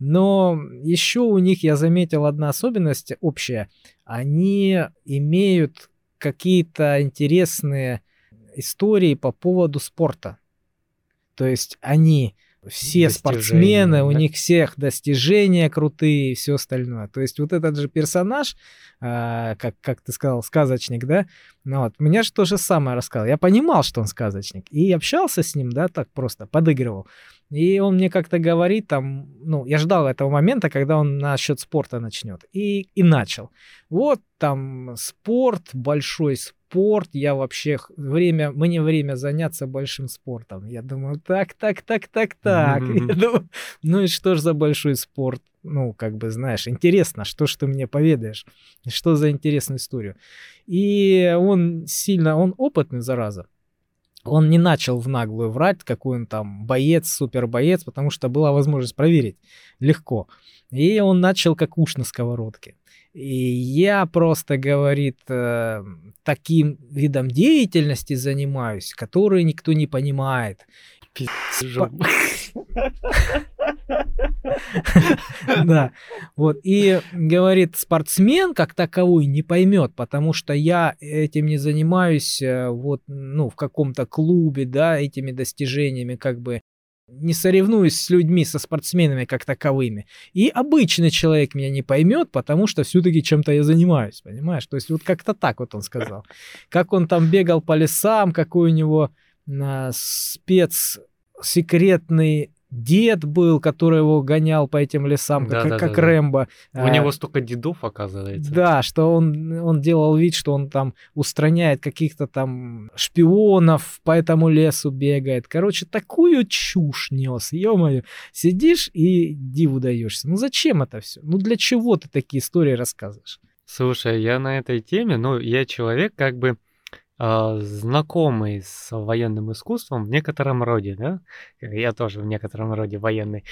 Но еще у них я заметил одна особенность общая. Они имеют какие-то интересные истории по поводу спорта. То есть они все спортсмены, у да? них всех достижения крутые и все остальное. То есть вот этот же персонаж, а, как, как ты сказал, сказочник, да, ну вот, меня же то же самое рассказал. Я понимал, что он сказочник, и общался с ним, да, так просто, подыгрывал. И он мне как-то говорит там, ну, я ждал этого момента, когда он насчет спорта начнет. И, и начал. Вот там спорт, большой спорт, я вообще время, мне время заняться большим спортом. Я думаю, так, так, так, так, так. Я думаю, ну и что ж за большой спорт? Ну, как бы, знаешь, интересно, что ж ты мне поведаешь? Что за интересную историю? И он сильно, он опытный, зараза. Он не начал в наглую врать, какой он там боец, супербоец, потому что была возможность проверить легко. И он начал как уж на сковородке. И я просто, говорит, э, таким видом деятельности занимаюсь, который никто не понимает. Спа- Да, вот, и говорит, спортсмен как таковой не поймет, потому что я этим не занимаюсь, э, вот, ну, в каком-то клубе, да, этими достижениями, как бы, не соревнуюсь с людьми, со спортсменами как таковыми. И обычный человек меня не поймет, потому что все-таки чем-то я занимаюсь, понимаешь? То есть вот как-то так вот он сказал. Как он там бегал по лесам, какой у него а, спец секретный дед был, который его гонял по этим лесам, Да, как, да, как да, да. Рэмбо. У А, него столько дедов, оказывается. Да, что он, он делал вид, что он там устраняет каких-то там шпионов, по этому лесу бегает. Короче, такую чушь нес, ё-моё. Сидишь и диву даешься. Ну зачем это все? Ну для чего ты такие истории рассказываешь? Слушай, я на этой теме, ну, я человек как бы а, знакомый с военным искусством в некотором роде, да? Я тоже в некотором роде военный.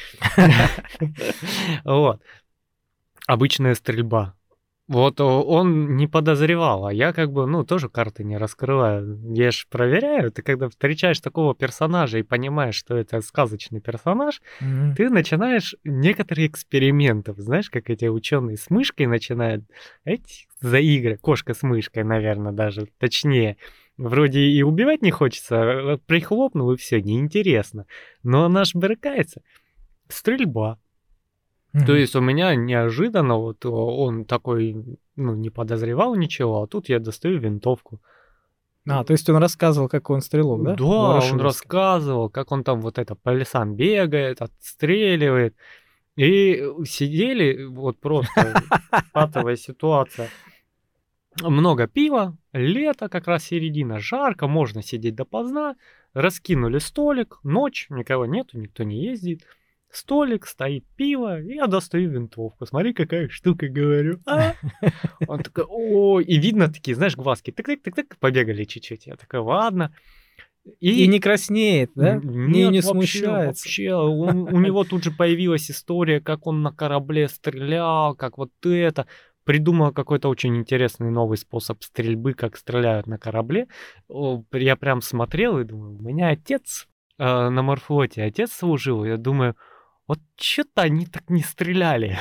Вот. Обычная стрельба. Вот о- он не подозревал, а я как бы, ну, тоже карты не раскрываю. Я ж проверяю. Ты когда встречаешь такого персонажа и понимаешь, что это сказочный персонаж, Мгм. ты начинаешь некоторые эксперименты. Знаешь, как эти ученые с мышкой начинают эти за игры, кошка с мышкой, наверное, даже точнее. Вроде и убивать не хочется, а прихлопнул и все, неинтересно. Но она ж брыкается. Стрельба. То Мгм. есть у меня неожиданно вот о- он такой, ну, не подозревал ничего, а тут я достаю винтовку. А, то есть он рассказывал, какой он стрелок, да? Да, он Ворошиловский. рассказывал, как он там вот это по лесам бегает, отстреливает. И э, сидели вот просто патовая ситуация. Много пива, лето, как раз середина, жарко, можно сидеть допоздна. Раскинули столик, ночь, никого нету, никто не ездит. Столик, стоит пиво, и я достаю винтовку. Смотри, какая штука, говорю. А? Он такой, о, и видно такие, знаешь, глазки, тык-тык-тык-тык, побегали чуть-чуть. Я такой, ладно. И И не краснеет, да? н- Не, нет, не вообще, смущается. вообще, он- у него тут же появилась история, как он на корабле стрелял, как вот это. Придумал какой-то очень интересный новый способ стрельбы, как стреляют на корабле. О, п- Я прям смотрел и думаю, у меня отец э, на морфлоте, отец служил. Я думаю, вот что-то они так не стреляли.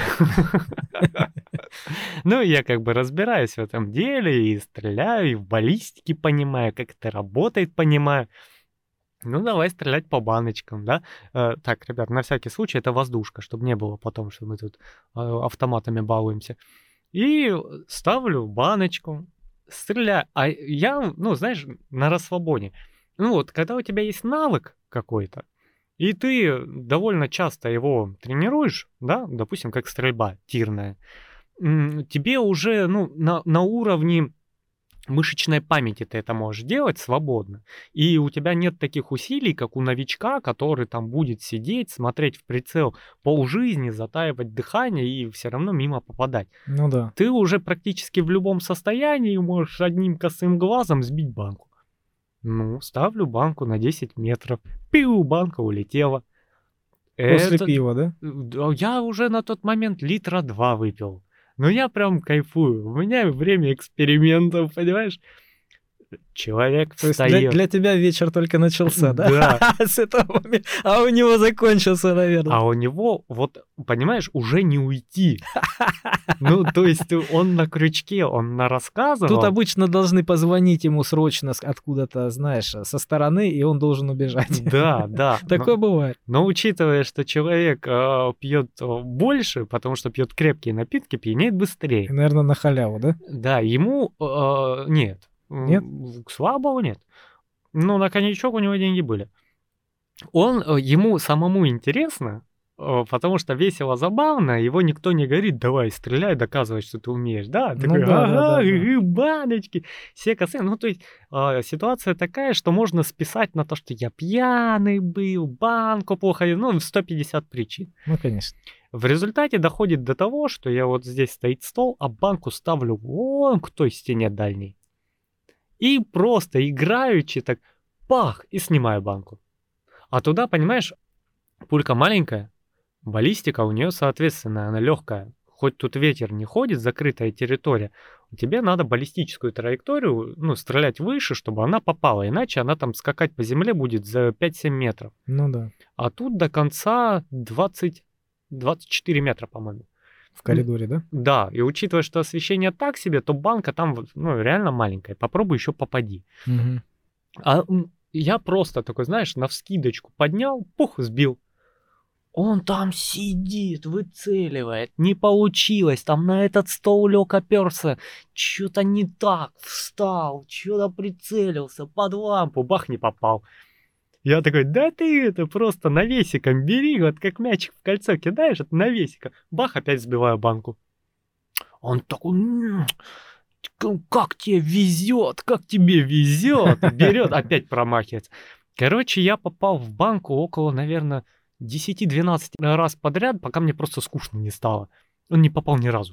Ну, я как бы разбираюсь в этом деле и стреляю, и в баллистике понимаю, как это работает, понимаю. Ну, давай стрелять по баночкам, да. Э, так, ребят, на всякий случай это воздушка, чтобы не было потом, что мы тут э, автоматами балуемся. И ставлю баночку, стреляю. А я, ну, знаешь, на расслабоне. Ну вот, когда у тебя есть навык какой-то, и ты довольно часто его тренируешь, да, допустим, как стрельба тирная, м, тебе уже, ну, на, на уровне мышечной памяти ты это можешь делать свободно. И у тебя нет таких усилий, как у новичка, который там будет сидеть, смотреть в прицел полжизни, затаивать дыхание и все равно мимо попадать. Ну да. Ты уже практически в любом состоянии можешь одним косым глазом сбить банку. Ну, ставлю банку на десять метров. Пиу, банка улетела. После Это... пива, да? да, я уже на тот момент литра два выпил. Но я прям кайфую. У меня время экспериментов, понимаешь? Человек То есть для, встает. для тебя вечер только начался, да? Да. С этого момента. А у него закончился, наверное. А у него, вот, понимаешь, уже не уйти. Ну, то есть он на крючке, он Тут нарассказывал. обычно должны позвонить ему срочно с- откуда-то, знаешь, со стороны, и он должен убежать. Да, да. Такое Но, бывает. но учитывая, что человек э, пьет э, больше, потому что пьет крепкие напитки, пьянеет И, быстрее. наверное, на халяву, да? Да, ему э, нет. Нет? М, Слабого нет. Ну, на коньячок у него деньги были. Он, э, ему самому интересно, э, потому что весело, забавно, его никто не говорит, давай, стреляй, доказывай, что ты умеешь. Да, Ну такой, да, да, ага, да, да. гы, баночки, все косы. Ну, то есть а, ситуация такая, что можно списать на то, что я пьяный был, банку плохо, ну, сто пятьдесят причин. Ну, конечно. В результате доходит до того, что я вот здесь стоит стол, а банку ставлю вон к той стене дальней. И просто играючи так, пах, и снимаю банку. А туда, понимаешь, пулька маленькая, баллистика у нее, соответственно, она легкая. Хоть тут ветер не ходит, закрытая территория, тебе надо баллистическую траекторию, ну, стрелять выше, чтобы она попала, иначе она там скакать по земле будет за пять-семь метров. Ну да. А тут до конца двадцать, двадцать четыре метра, по-моему. В коридоре, да? Да, и учитывая, что освещение так себе, то банка там, вот, ну, реально маленькая. Попробуй еще попади. Мгм. А м, я просто такой, знаешь, навскидочку поднял, пух, сбил. Он там сидит, выцеливает. Не получилось, там на этот стол лег, оперся. Что-то не так, встал, что-то прицелился, под лампу, бах, не попал. Я такой, да ты это просто навесиком бери, вот как мячик в кольцо кидаешь, это навесиком. Бах, опять сбиваю банку. Он такой, «М, к- как тебе везет, как тебе везет. Берет, опять промахивается. Короче, я попал в банку около, наверное, десять-двенадцать раз подряд, пока мне просто скучно не стало. Он не попал ни разу.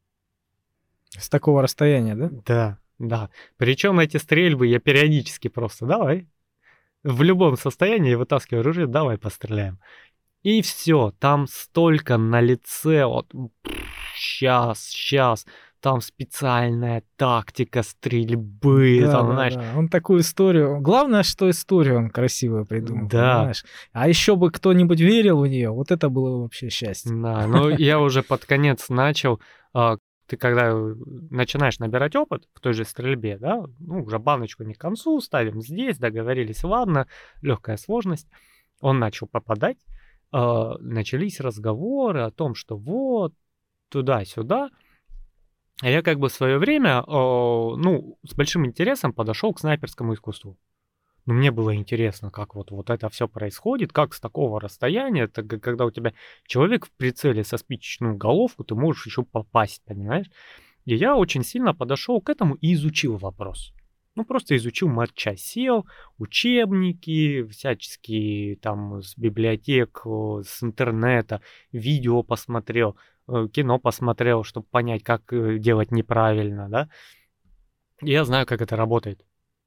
С такого расстояния, да? Да, да. Причем эти стрельбы я периодически просто, давай. В любом состоянии вытаскиваю оружие, давай постреляем. И все, там столько на лице, вот, сейчас, сейчас, там специальная тактика стрельбы, Да, там, да, знаешь, да. Он такую историю. Главное, что историю он красивую придумал, да, понимаешь? А еще бы кто-нибудь верил в нее, вот это было вообще счастье. да, но я уже под конец начал, а, ты когда э, начинаешь набирать опыт в той же стрельбе, да, ну, уже баночку не к концу ставим, здесь договорились, ладно, легкая сложность, он начал попадать, а, начались разговоры о том, что вот, туда-сюда. А я как бы в свое время, о, ну, с большим интересом подошел к снайперскому искусству. Ну, мне было интересно, как вот, вот это все происходит, как с такого расстояния, так как когда у тебя человек в прицеле со спичечную головку, ты можешь еще попасть, понимаешь? И я очень сильно подошел к этому и изучил вопрос. Ну, просто изучил матчасть, сел, учебники, всяческие там с библиотек, о, с интернета, видео посмотрел, э, кино посмотрел, чтобы понять, как э, делать неправильно, да. И я знаю, как это работает.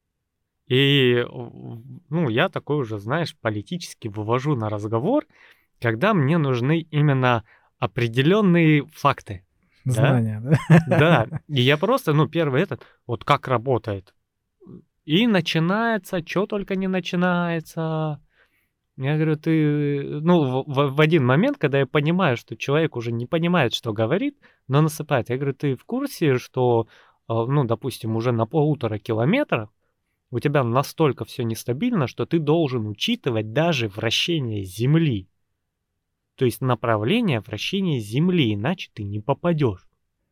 И, в- ну, я такой уже, знаешь, политически вывожу на разговор, когда мне нужны именно определенные факты, да. Знания, да? Да, и я просто, ну, первый этот, вот как работает. И начинается, что только не начинается. Я говорю, ты, ну, в, в- в один момент, когда я понимаю, что человек уже не понимает, что говорит, но насыпает, я говорю, ты в курсе, что, э, ну, допустим, уже на полутора километрах у тебя настолько все нестабильно, что ты должен учитывать даже вращение Земли. То есть направление вращения Земли, иначе ты не попадешь.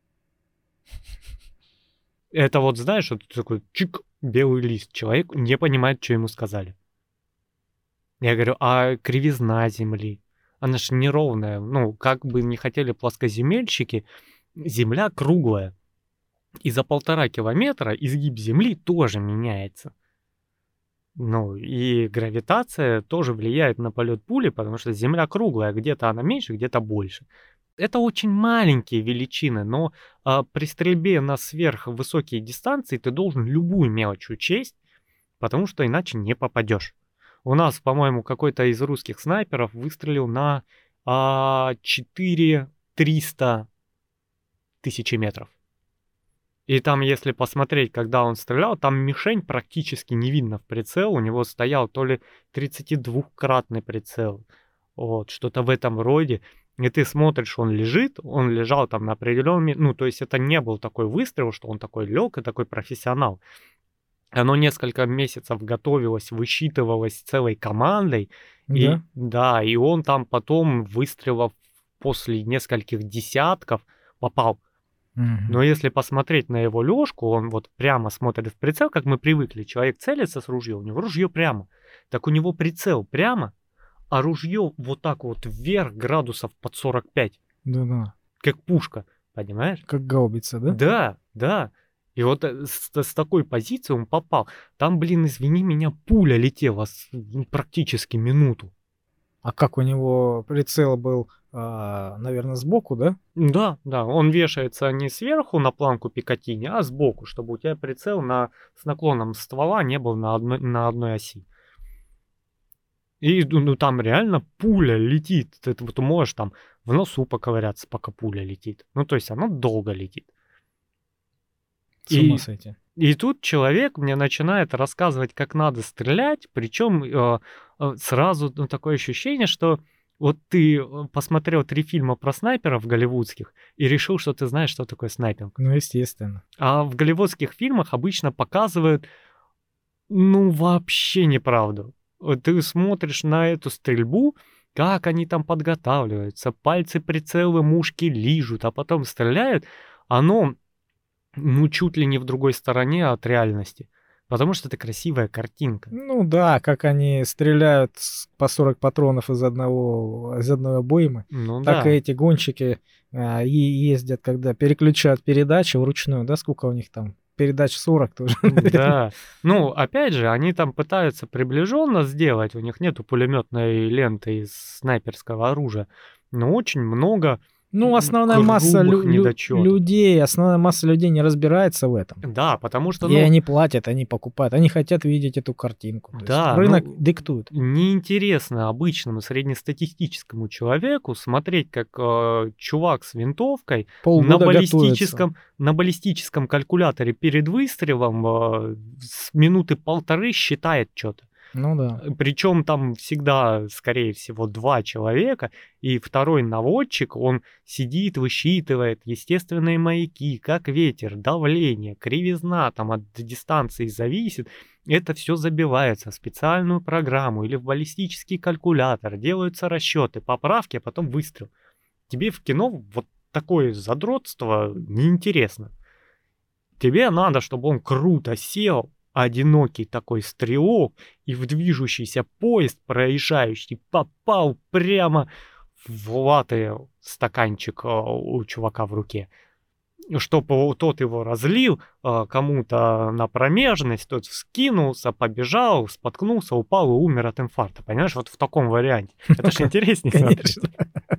Это вот, знаешь, вот такой чик, белый лист. Человек не понимает, что ему сказали. Я говорю, а кривизна Земли? Она же неровная. Ну, как бы не хотели плоскоземельщики, Земля круглая. И за полтора километра изгиб Земли тоже меняется. Ну, и гравитация тоже влияет на полет пули, потому что Земля круглая, где-то она меньше, где-то больше. Это очень маленькие величины, но а, при стрельбе на сверхвысокие дистанции ты должен любую мелочь учесть, потому что иначе не попадешь. У нас, по-моему, какой-то из русских снайперов выстрелил на а, четыре триста тысячи метров. И там, если посмотреть, когда он стрелял, там мишень практически не видно в прицел. У него стоял то ли тридцатидвухкратный прицел, вот, что-то в этом роде. И ты смотришь, он лежит, он лежал там на определенном... ме- Ну, то есть это не был такой выстрел, что он такой лег и такой профессионал. Оно несколько месяцев готовилось, высчитывалось целой командой. И Да. да, и он там потом выстрелов после нескольких десятков попал. Мгм. Но если посмотреть на его лёжку, он вот прямо смотрит в прицел, как мы привыкли. Человек целится с ружья, у него ружье прямо. Так у него прицел прямо, а ружье вот так вот вверх градусов под сорок пять, Да-да. как пушка, понимаешь? Как гаубица, да? Да, да. И вот э, с, с такой позиции он попал. Там, блин, извини меня, пуля летела с- ну, практически минуту. А как у него прицел был, а, наверное, сбоку, да? Да, да, он вешается не сверху на планку Пикатини, а сбоку, чтобы у тебя прицел на, с наклоном ствола не был на одной, на одной оси. И ну, ну, там реально пуля летит. Ты, ты вот можешь там в носу поковыряться, пока пуля летит. Ну, то есть она долго летит. С ума И, сойти. и тут человек мне начинает рассказывать, как надо стрелять, причем э, э, сразу ну, такое ощущение, что вот ты э, посмотрел три фильма про снайперов голливудских и решил, что ты знаешь, что такое снайпинг. Ну, естественно. А в голливудских фильмах обычно показывают, ну, вообще неправду. Вот ты смотришь на эту стрельбу, как они там подготавливаются, пальцы прицелы мушки лижут, а потом стреляют, оно, ну, чуть ли не в другой стороне от реальности. Потому что это красивая картинка. Ну да, как они стреляют с- по сорок патронов из одного, из одной обоймы, Ну так и да, эти гонщики а, и ездят, когда переключают передачи вручную, да, сколько у них там? Передач сорок тоже, наверное. да. Ну, опять же, они там пытаются приближенно сделать, у них нету пулеметной ленты из снайперского оружия, но очень много Ну, м, основная масса лю- грубых лю- недочетов. людей, основная масса людей не разбирается в этом. Да, потому что, И ну, они платят, они покупают, они хотят видеть эту картинку. То есть да, рынок ну, диктует. неинтересно обычному среднестатистическому человеку смотреть, как э, чувак с винтовкой на Полгода готовится. баллистическом, на баллистическом калькуляторе перед выстрелом э, с минуты полторы считает что-то. Ну да. Причем там всегда, скорее всего, два человека, и второй наводчик, он сидит, высчитывает естественные маяки, как ветер, давление, кривизна, там от дистанции зависит. Это все забивается в специальную программу или в баллистический калькулятор, делаются расчеты, поправки, а потом выстрел. Тебе в кино вот такое задротство неинтересно. Тебе надо, чтобы он круто сел, одинокий такой стрелок, и в движущийся поезд проезжающий попал прямо в латый стаканчик а, у чувака в руке. Чтобы тот его разлил а, кому-то на промежность, тот вскинулся, побежал, споткнулся, упал и умер от инфаркта. Понимаешь, вот в таком варианте. Это же интереснее смотреть. Конечно.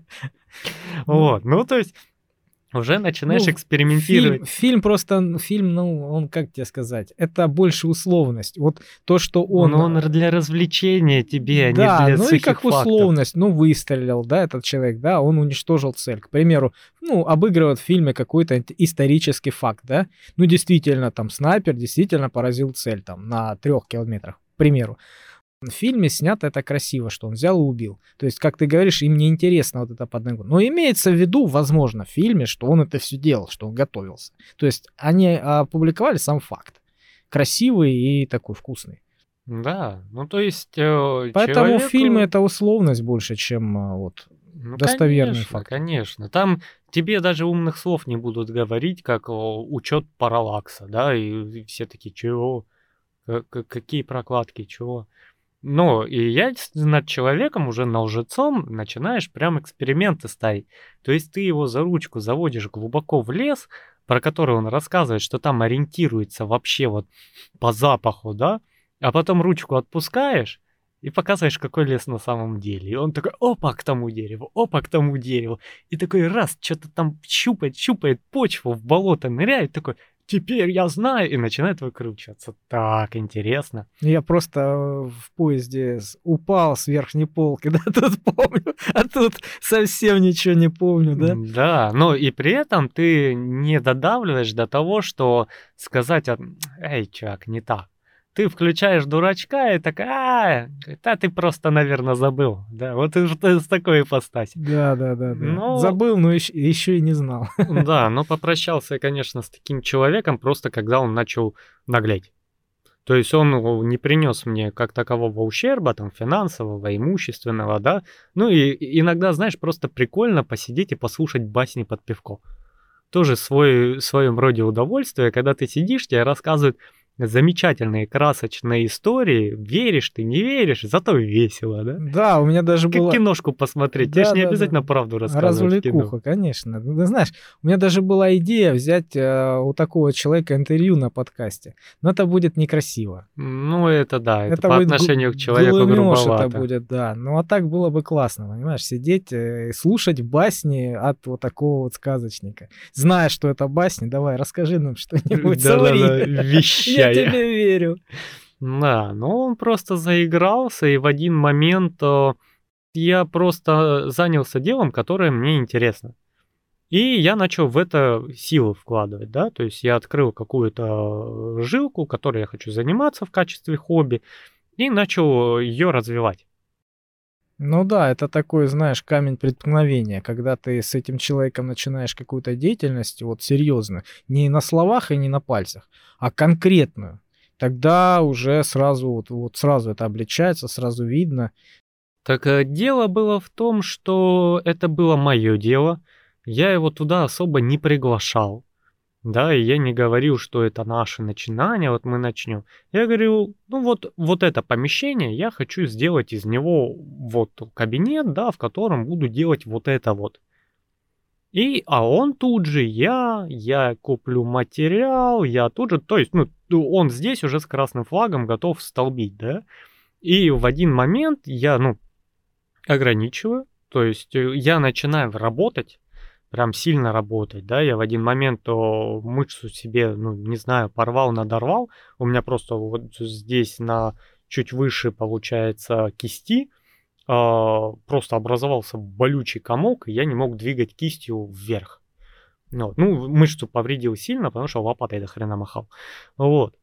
Ну, Вот, ну то есть уже начинаешь Ну, экспериментировать. фильм, фильм просто, н- фильм, ну, он, как тебе сказать, это больше условность. Вот то, что он, Но он э, для развлечения тебе, а не да, для ну и сухих как фактов. условность, ну, выстрелил, да, этот человек, да, он уничтожил цель. К примеру, ну, обыгрывают в фильме какой-то int- исторический факт, да, ну, действительно, там, снайпер действительно поразил цель, там, на трех километрах, к примеру. В фильме снято это красиво, что он взял и убил. То есть, как ты говоришь, им не интересно вот это подноготовка. Но имеется в виду, возможно, в фильме, что он это все делал, что он готовился. То есть, они опубликовали сам факт. Красивый и такой вкусный. Да, ну то есть э, Поэтому человеку... фильмы это условность больше, чем а, вот Ну, достоверный конечно, факт. конечно. Там тебе даже умных слов не будут говорить, как учет параллакса, да, и, и все такие, чего? К- к- какие прокладки, чего? Ну, и я с- над человеком, уже на лжецом, начинаешь прям эксперименты ставить. То есть ты его за ручку заводишь глубоко в лес, про который он рассказывает, что там ориентируется вообще вот по запаху, да, а потом ручку отпускаешь и показываешь, какой лес на самом деле. И он такой, опа, к тому дереву, опа, к тому дереву. И такой раз, что-то там щупает, щупает почву, в болото ныряет, такой, теперь я знаю, и начинает выкручиваться. Так, интересно. Я просто э, в поезде с- упал с верхней полки, да, тут помню, а тут совсем ничего не помню, да? М, Да, но и при этом ты не додавливаешь до того, что сказать, от- эй, чувак, не так. Ты включаешь дурачка и так, а, да ты просто, наверное, забыл. Да, вот и что с такой ипостаси. Да, да, да, да. Ну, Забыл, но еще, еще и не знал. да, но попрощался я, конечно, с таким человеком просто когда он начал наглеть. То есть он ну, не принес мне как такового ущерба, там, финансового, имущественного, да. Ну и и иногда, знаешь, просто прикольно посидеть и послушать басни под пивко. Тоже свой, в своем роде удовольствие, когда ты сидишь, тебе рассказывают замечательные, красочные истории, веришь ты, не веришь, зато весело, да? Да, у меня даже Как было... киношку посмотреть, тебе ж Да, не да, да. обязательно правду рассказывать в кино. Развлекуха, конечно. Ну, ты знаешь, у меня даже была идея взять э, у такого человека интервью на подкасте, но это будет некрасиво. Ну это да, это Это по будет гу- отношению к человеку глумёж, это грубовато. будет, да. Ну а так было бы классно, понимаешь, сидеть э, и слушать басни от вот такого вот сказочника. Зная, что это басни, давай, расскажи нам что-нибудь, Да-да-да, соври. Я вещай. тебе верю. Да, но он просто заигрался, и в один момент э, я просто занялся делом, которое мне интересно. И я начал в это силы вкладывать, да, то есть я открыл какую-то э, жилку, которой я хочу заниматься в качестве хобби, и начал ее развивать. Ну да, это такой, знаешь, камень преткновения, когда ты с этим человеком начинаешь какую-то деятельность, вот серьезно, не на словах и не на пальцах, а конкретную. Тогда уже сразу, вот, вот сразу это обличается, сразу видно. Так э, дело было в том, что это было мое дело, я его туда особо не приглашал. Да, и я не говорил, что это наше начинание, вот мы начнем. Я говорил, ну вот, вот это помещение, я хочу сделать из него вот кабинет, да, в котором буду делать вот это вот. И, а он тут же, я, я куплю материал, я тут же, то есть, ну, ту- он здесь уже с красным флагом готов столбить, да. И в один момент я, ну, ограничиваю, то есть э, я начинаю работать, прям сильно работать, да, я в один момент то мышцу себе, ну, не знаю, порвал, надорвал, у меня просто вот здесь на чуть выше, получается, кисти, а, просто образовался болючий комок, и я не мог двигать кистью вверх. Ну, вот. Ну, мышцу повредил сильно, потому что лопатой до хрена махал. Вот.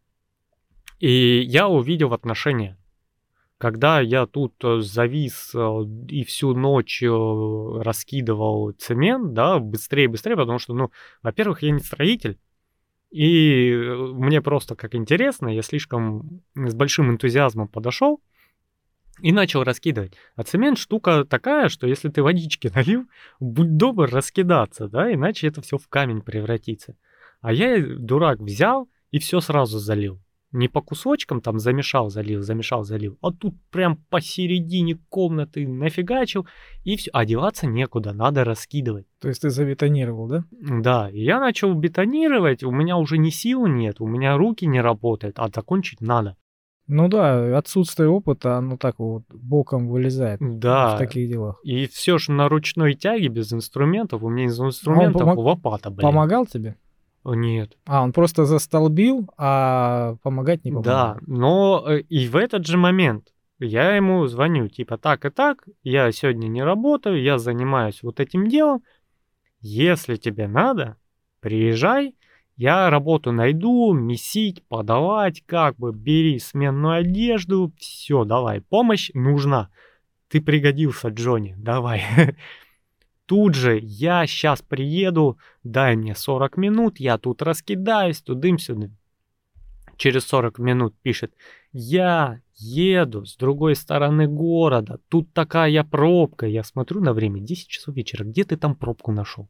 И я увидел отношения. Когда я тут э, завис э, и всю ночь э, раскидывал цемент, да, быстрее, быстрее, потому что, ну, во-первых, я не строитель, и э, мне просто как интересно, я слишком с большим энтузиазмом подошел и начал раскидывать. А цемент штука такая, что если ты водички налил, будь добр раскидаться, да, иначе это все в камень превратится. А я, э, дурак, взял и все сразу залил. Не по кусочкам там замешал, залил, замешал, залил, а тут прям посередине комнаты нафигачил, и все. А деваться некуда, надо раскидывать. То есть ты забетонировал, да? Да, и я начал бетонировать, у меня уже ни сил нет, у меня руки не работают, а закончить надо. Ну да, отсутствие опыта, оно так вот боком вылезает в Да, таких делах. и все же на ручной тяге без инструментов, у меня из А он инструментов помог- лопата, блин. помогал тебе? О, нет. А, он просто застолбил, а помогать не помогал. Да, но э, и в этот же момент я ему звоню, типа так и так, я сегодня не работаю, я занимаюсь вот этим делом. Если тебе надо, приезжай, я работу найду, месить, подавать, как бы бери сменную одежду, все, давай, помощь нужна. Ты пригодился, Джонни, давай. Тут же я сейчас приеду, дай мне сорок минут, я тут раскидаюсь, тудым-сюдым. Через сорок минут пишет, я еду с другой стороны города, тут такая пробка. Я смотрю на время, десять часов вечера, где ты там пробку нашел?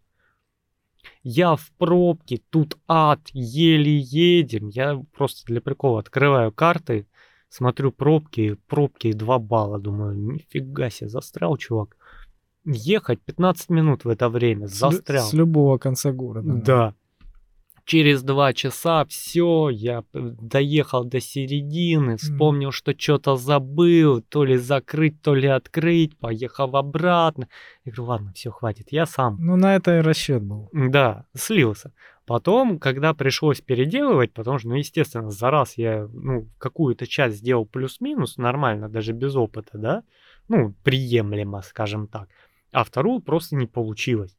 Я в пробке, тут ад, еле едем. Я просто для прикола открываю карты, смотрю пробки, пробки два балла. Думаю, нифига себе, застрял, чувак. Ехать пятнадцать минут в это время, С, лю- застрял. с любого конца города. Да. Через два часа все, я п- доехал до середины, М. вспомнил, что что-то забыл, то ли закрыть, то ли открыть, поехал обратно. Я говорю, ладно, все, хватит, я сам. Ну, на это и расчет был. Да, слился. Потом, когда пришлось переделывать, потому что, ну, естественно, за раз я, ну, какую-то часть сделал плюс-минус, нормально, даже без опыта, да, ну, приемлемо, скажем так, а вторую просто не получилось.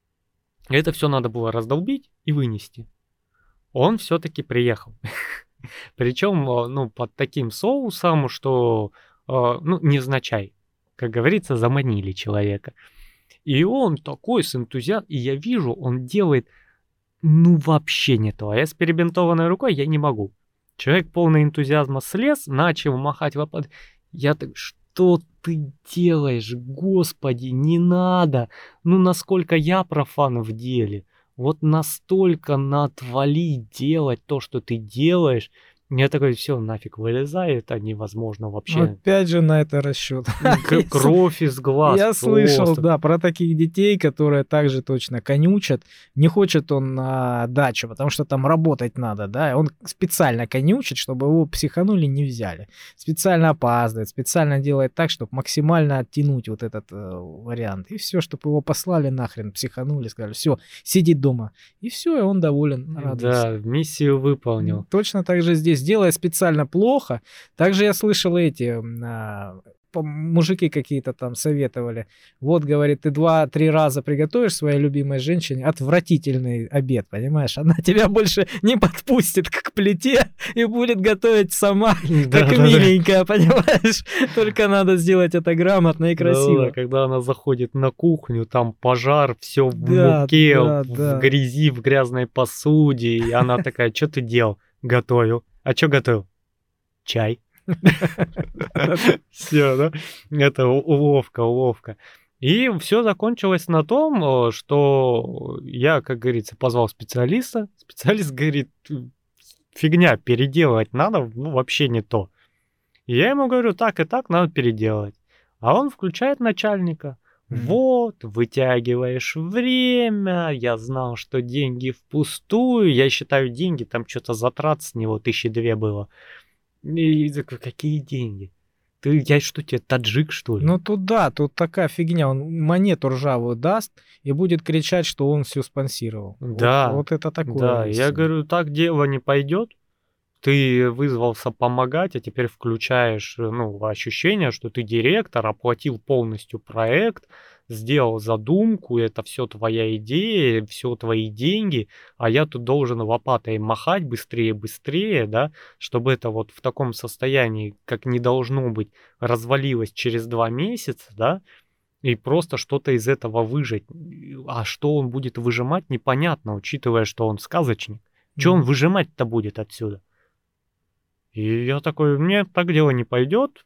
Это все надо было раздолбить и вынести. Он все-таки приехал. Причем, ну, под таким соусом, что, э, ну, невзначай, как говорится, заманили человека. И он такой с энтузиазмом, и я вижу, он делает, ну, вообще не то. А я с перебинтованной рукой, я не могу. Человек полный энтузиазма слез, начал махать лопатой. Я так, что ты делаешь, господи, не надо. Ну, насколько я профан в деле. Вот настолько отвали делать то, что ты делаешь. Я такой, все, нафиг, вылезай, это невозможно вообще. Опять же на это расчет. К- Кровь из глаз. Я слышал, просто. да, про таких детей, которые также точно конючат. Не хочет он на дачу, потому что там работать надо, да. и Он специально конючит, чтобы его психанули, не взяли. Специально опаздывает, специально делает так, чтобы максимально оттянуть вот этот э, вариант. И все, чтобы его послали нахрен, психанули, сказали, все, сиди дома. И все, и он доволен, радуется. Да, миссию выполнил. Точно так же здесь, делая специально плохо. Также я слышал эти м, а, по- мужики какие-то там советовали. Вот, говорит, ты два-три раза приготовишь своей любимой женщине отвратительный обед, понимаешь? Она тебя больше не подпустит к плите и будет готовить сама, как Да-да-да. миленькая, понимаешь? Только надо сделать это грамотно и Да, красиво. когда она заходит на кухню, там пожар, все в Да, муке, да, в да. грязи, в грязной посуде. И она такая, что ты делал? Готовил. А что готовил? Чай. Все, да? Это у- уловка, уловка. И все закончилось на том, э, что я, как говорится, позвал специалиста. Специалист говорит, фигня, переделывать надо, ну, вообще не то. И я ему говорю, так и так надо переделать. А он включает начальника. Мгм. Вот, вытягиваешь время, я знал, что деньги впустую, я считаю деньги, там что-то затрат с него тысячи две было. И такой, какие деньги? Ты, я что тебе, таджик, что ли? Ну тут да, тут такая фигня. Он монету ржавую даст и будет кричать, что он все спонсировал. Вот- Да, Вот, это такое. да, есть я с ним. говорю, так дело не пойдет. Ты вызвался помогать, а теперь включаешь, э, ну, ощущение, что ты директор, оплатил полностью проект, сделал задумку, это все твоя идея, все твои деньги, а я тут должен лопатой махать быстрее, быстрее, да, чтобы это вот в таком состоянии, как не должно быть, развалилось через два месяца, да, и просто что-то из этого выжать. А что он будет выжимать, непонятно, учитывая, что он сказочник. Что он Мгм. выжимать-то будет отсюда? И я такой, мне так дело не пойдет.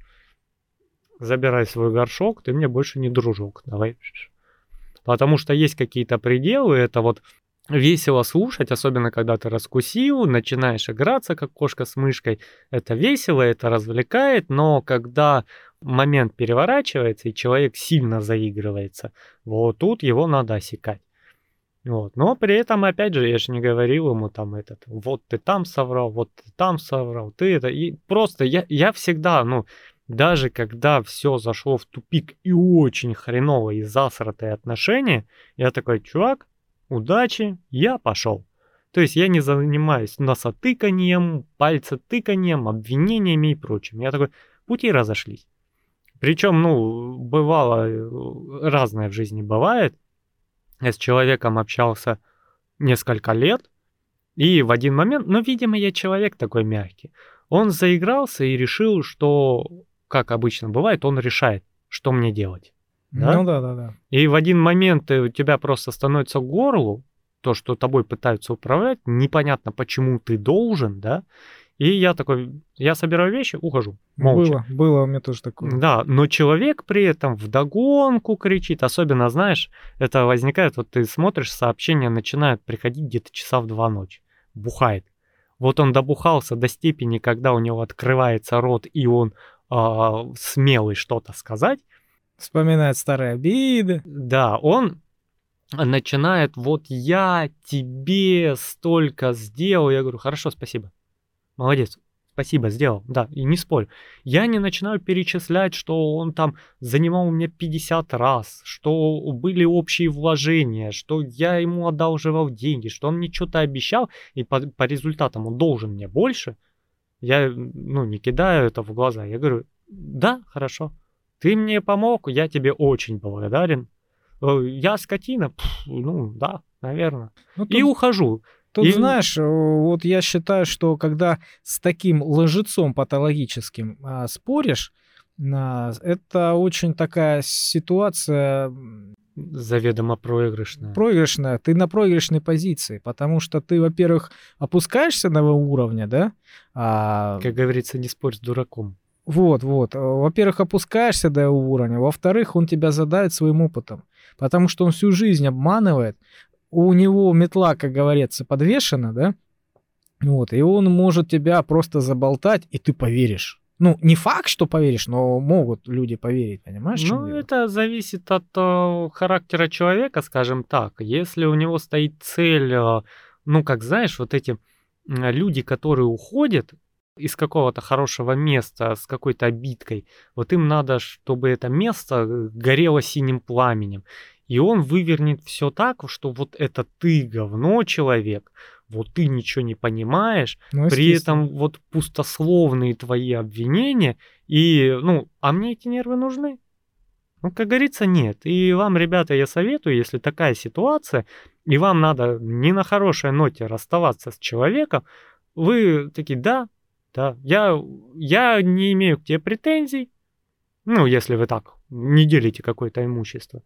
Забирай свой горшок, ты мне больше не дружок. Давай. Потому что есть какие-то пределы, это вот весело слушать, особенно когда ты раскусил, начинаешь играться, как кошка с мышкой. Это весело, это развлекает, но когда момент переворачивается и человек сильно заигрывается, вот тут его надо осекать. Вот. Но при этом, опять же, я же не говорил ему там этот, вот ты там соврал, вот ты там соврал, ты это. И просто я, я всегда, ну, даже когда все зашло в тупик и очень хреново и засратые отношения, я такой, чувак, удачи, я пошел. То есть я не занимаюсь носотыканием, пальцетыканием, обвинениями и прочим. Я такой, пути разошлись. Причем, ну, бывало, э, разное в жизни бывает. Я с человеком общался несколько лет, и в один момент, ну, видимо, я человек такой мягкий, он заигрался и решил, что, как обычно бывает, он решает, что мне делать. Да? Ну да, да, да. И в один момент э, у тебя просто становится к горлу, то, что тобой пытаются управлять, непонятно, почему ты должен, да, и я такой, я собираю вещи, ухожу, молча. Было, было у меня тоже такое. Да, но человек при этом вдогонку кричит, особенно, знаешь, это возникает, вот ты смотришь, сообщения начинают приходить где-то часа в два ночи, бухает. Вот он добухался до степени, когда у него открывается рот, и он а, смелый что-то сказать. Вспоминает старые обиды. Да, он начинает: вот я тебе столько сделал. Я говорю: хорошо, спасибо. Молодец. Спасибо, сделал. Да, и не спорю. Я не начинаю перечислять, что он там занимал у меня пятьдесят раз, что были общие вложения, что я ему одалживал деньги, что он мне что-то обещал, и по, по результатам он должен мне больше. Я, ну, не кидаю это в глаза. Я говорю: да, хорошо. Ты мне помог, я тебе очень благодарен. Э, Я скотина? Пф, ну, да, наверное. Ну, И тут, ухожу. тут И знаешь, э, вот я считаю, что когда с таким лжецом патологическим а, споришь, а, это очень такая ситуация м, заведомо проигрышная. проигрышная. Ты на проигрышной позиции, потому что ты, во-первых, опускаешься на его уровня, да? А, Как говорится, не спорь с дураком. Вот, вот. Э, Во-первых, опускаешься до его уровня. Во-вторых, он тебя задавит своим опытом. Потому что он всю жизнь обманывает. У него метла, как говорится, подвешена, да? Вот. И он может тебя просто заболтать, и ты поверишь. Ну, не факт, что поверишь, но могут люди поверить, понимаешь, в чём Ну, дело? это зависит от э, характера человека, скажем так. Если у него стоит цель, э, ну, как знаешь, вот эти м, люди, которые уходят из какого-то хорошего места с какой-то обидкой, вот им надо, чтобы это место э, горело синим пламенем. И он вывернет все так, что вот это ты говно, человек, вот ты ничего не понимаешь, Ну, при естественно. этом вот пустословные твои обвинения, и, ну, а мне эти нервы нужны? Ну, как говорится, нет. И вам, ребята, я советую, если такая ситуация, и вам надо не на хорошей ноте расставаться с человеком, вы такие: да, да, я, я не имею к тебе претензий, ну, если вы так не делите какое-то имущество.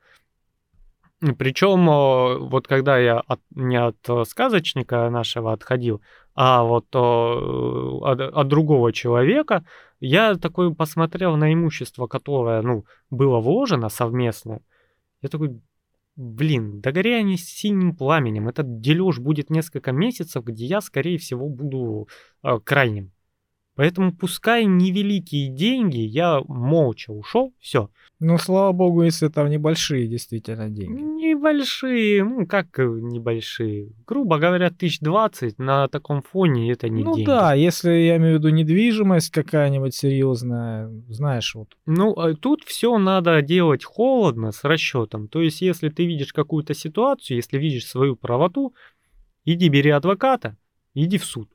Причем, э, вот когда я от, не от э, сказочника нашего отходил, а вот э, от, от другого человека, я такой посмотрел на имущество, которое, ну, было вложено совместно. Я такой: блин, да гори они синим пламенем. Этот дележ будет несколько месяцев, где я, скорее всего, буду э, крайним. Поэтому пускай невеликие деньги, я молча ушел, все. Ну, слава богу, если там небольшие действительно деньги. Небольшие, ну как э, небольшие? Грубо говоря, тысяч двадцать на таком фоне это не Ну деньги. да, если я имею в виду недвижимость какая-нибудь серьезная, знаешь, вот. Ну, а тут все надо делать холодно, с расчетом. То есть, если ты видишь какую-то ситуацию, если видишь свою правоту, иди бери адвоката, иди в суд.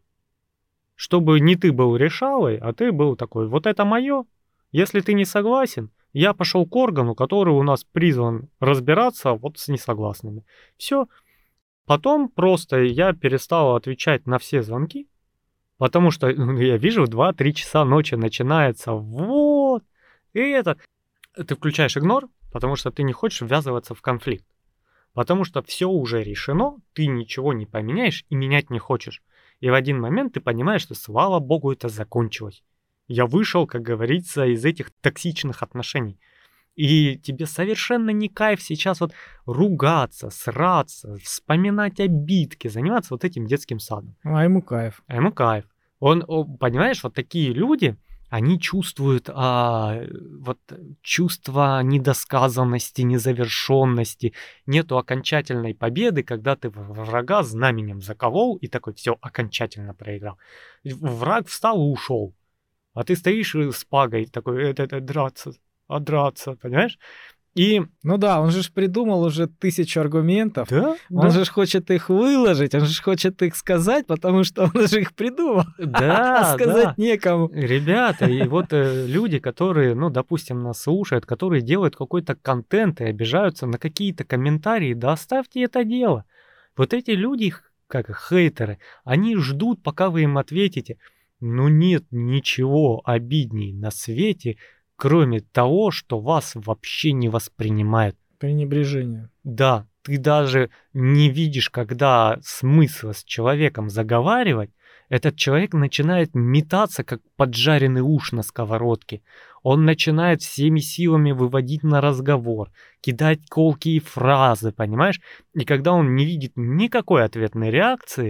Чтобы не ты был решалой, а ты был такой: вот это мое. Если ты не согласен, я пошел к органу, который у нас призван разбираться вот с несогласными. Все. Потом просто я перестал отвечать на все звонки, потому что ну, я вижу в два-три часа ночи начинается вот это. Ты включаешь игнор, потому что ты не хочешь ввязываться в конфликт. Потому что все уже решено, ты ничего не поменяешь и менять не хочешь. И в один момент ты понимаешь, что, слава богу, это закончилось. Я вышел, как говорится, из этих токсичных отношений. И тебе совершенно не кайф сейчас вот ругаться, сраться, вспоминать обидки, заниматься вот этим детским садом. А ему кайф. А ему кайф. Он, о, понимаешь, вот такие люди, они чувствуют а, вот чувство недосказанности, незавершенности. Нету окончательной победы, когда ты в- врага знаменем заколол и такой: все, окончательно проиграл. Враг встал и ушел. А ты стоишь и с пагой такой: это, это драться, а драться, понимаешь? И Ну да, он же ж придумал уже тысячу аргументов. да, Он да, же ж хочет их выложить, он же ж хочет их сказать, потому что он же их придумал. А да, сказать да. некому. Ребята, и вот э, люди, которые, ну, допустим, нас слушают, которые делают какой-то контент и обижаются на какие-то комментарии, да оставьте это дело. Вот эти люди, х- как их, хейтеры, они ждут, пока вы им ответите. Но нет ничего обидней на свете, кроме того, что вас вообще не воспринимают. Пренебрежение. Да, ты даже не видишь, когда смысла с человеком заговаривать, этот человек начинает метаться, как поджаренный уж на сковородке. Он начинает всеми силами выводить на разговор, кидать колкие фразы, понимаешь? И когда он не видит никакой ответной реакции,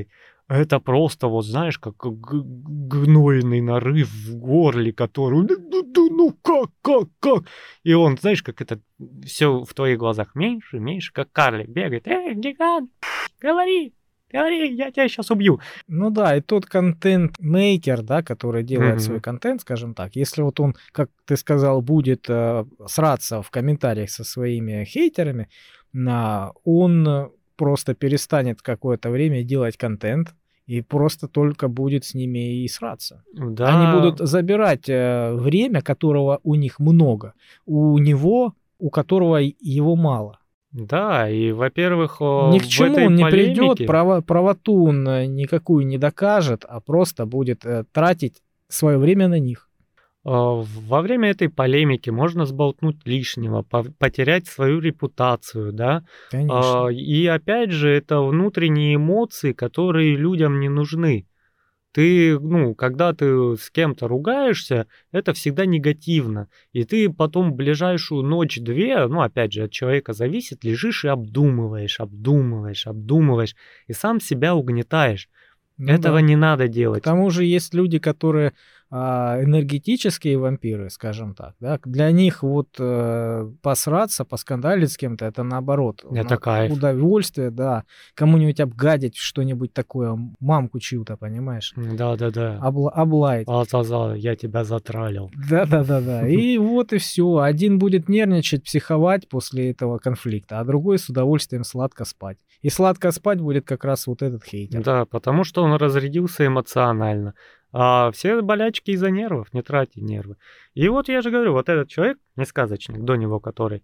это просто, вот знаешь, как г- г- гнойный нарыв в горле, который, ну, ну, ну, ну, как, как, как? И он, знаешь, как это все в твоих глазах меньше, меньше, как карлик бегает. Эй, гигант, говори, говори, я тебя сейчас убью. Ну да, и тот контент-мейкер, да, который делает свой Мгм. контент, скажем так, если вот он, как ты сказал, будет э, сраться в комментариях со своими хейтерами, на, он э, просто перестанет какое-то время делать контент и просто только будет с ними и сраться. Они Да, будут забирать э, время, которого у них много, у него, у которого и- его мало. да, и, во-первых, о, Ни к в чему этой он не придет, полемике право правоту он, э, никакую не докажет, а просто будет, э, тратить свое время на них. А, во время этой полемики можно сболтнуть лишнего, пов- потерять свою репутацию, да. Конечно. А, И опять же, это внутренние эмоции, которые людям не нужны. Ты, ну, когда ты с кем-то ругаешься, это всегда негативно. И ты потом ближайшую ночь-две, ну, опять же, от человека зависит, лежишь и обдумываешь, обдумываешь, обдумываешь, и сам себя угнетаешь. Ну Этого да. не надо К делать. тому же есть люди, которые, а, энергетические вампиры, скажем так, да. Для них вот, э, посраться, поскандалить с кем-то — это наоборот, Это на кайф. удовольствие, да. Кому-нибудь обгадить, что-нибудь такое, м мамку чью-то, понимаешь, Да-да-да. обла облаять. А-за-за, я тебя затралил. Да-да-да-да. И вот и все. Один будет нервничать, психовать после этого конфликта, а другой с удовольствием сладко спать. И сладко спать будет как раз вот этот хейтер. Да, потому что он разрядился эмоционально. А все болячки из-за нервов, не тратьте нервы. И вот я же говорю, вот этот человек, не сказочник, до него который,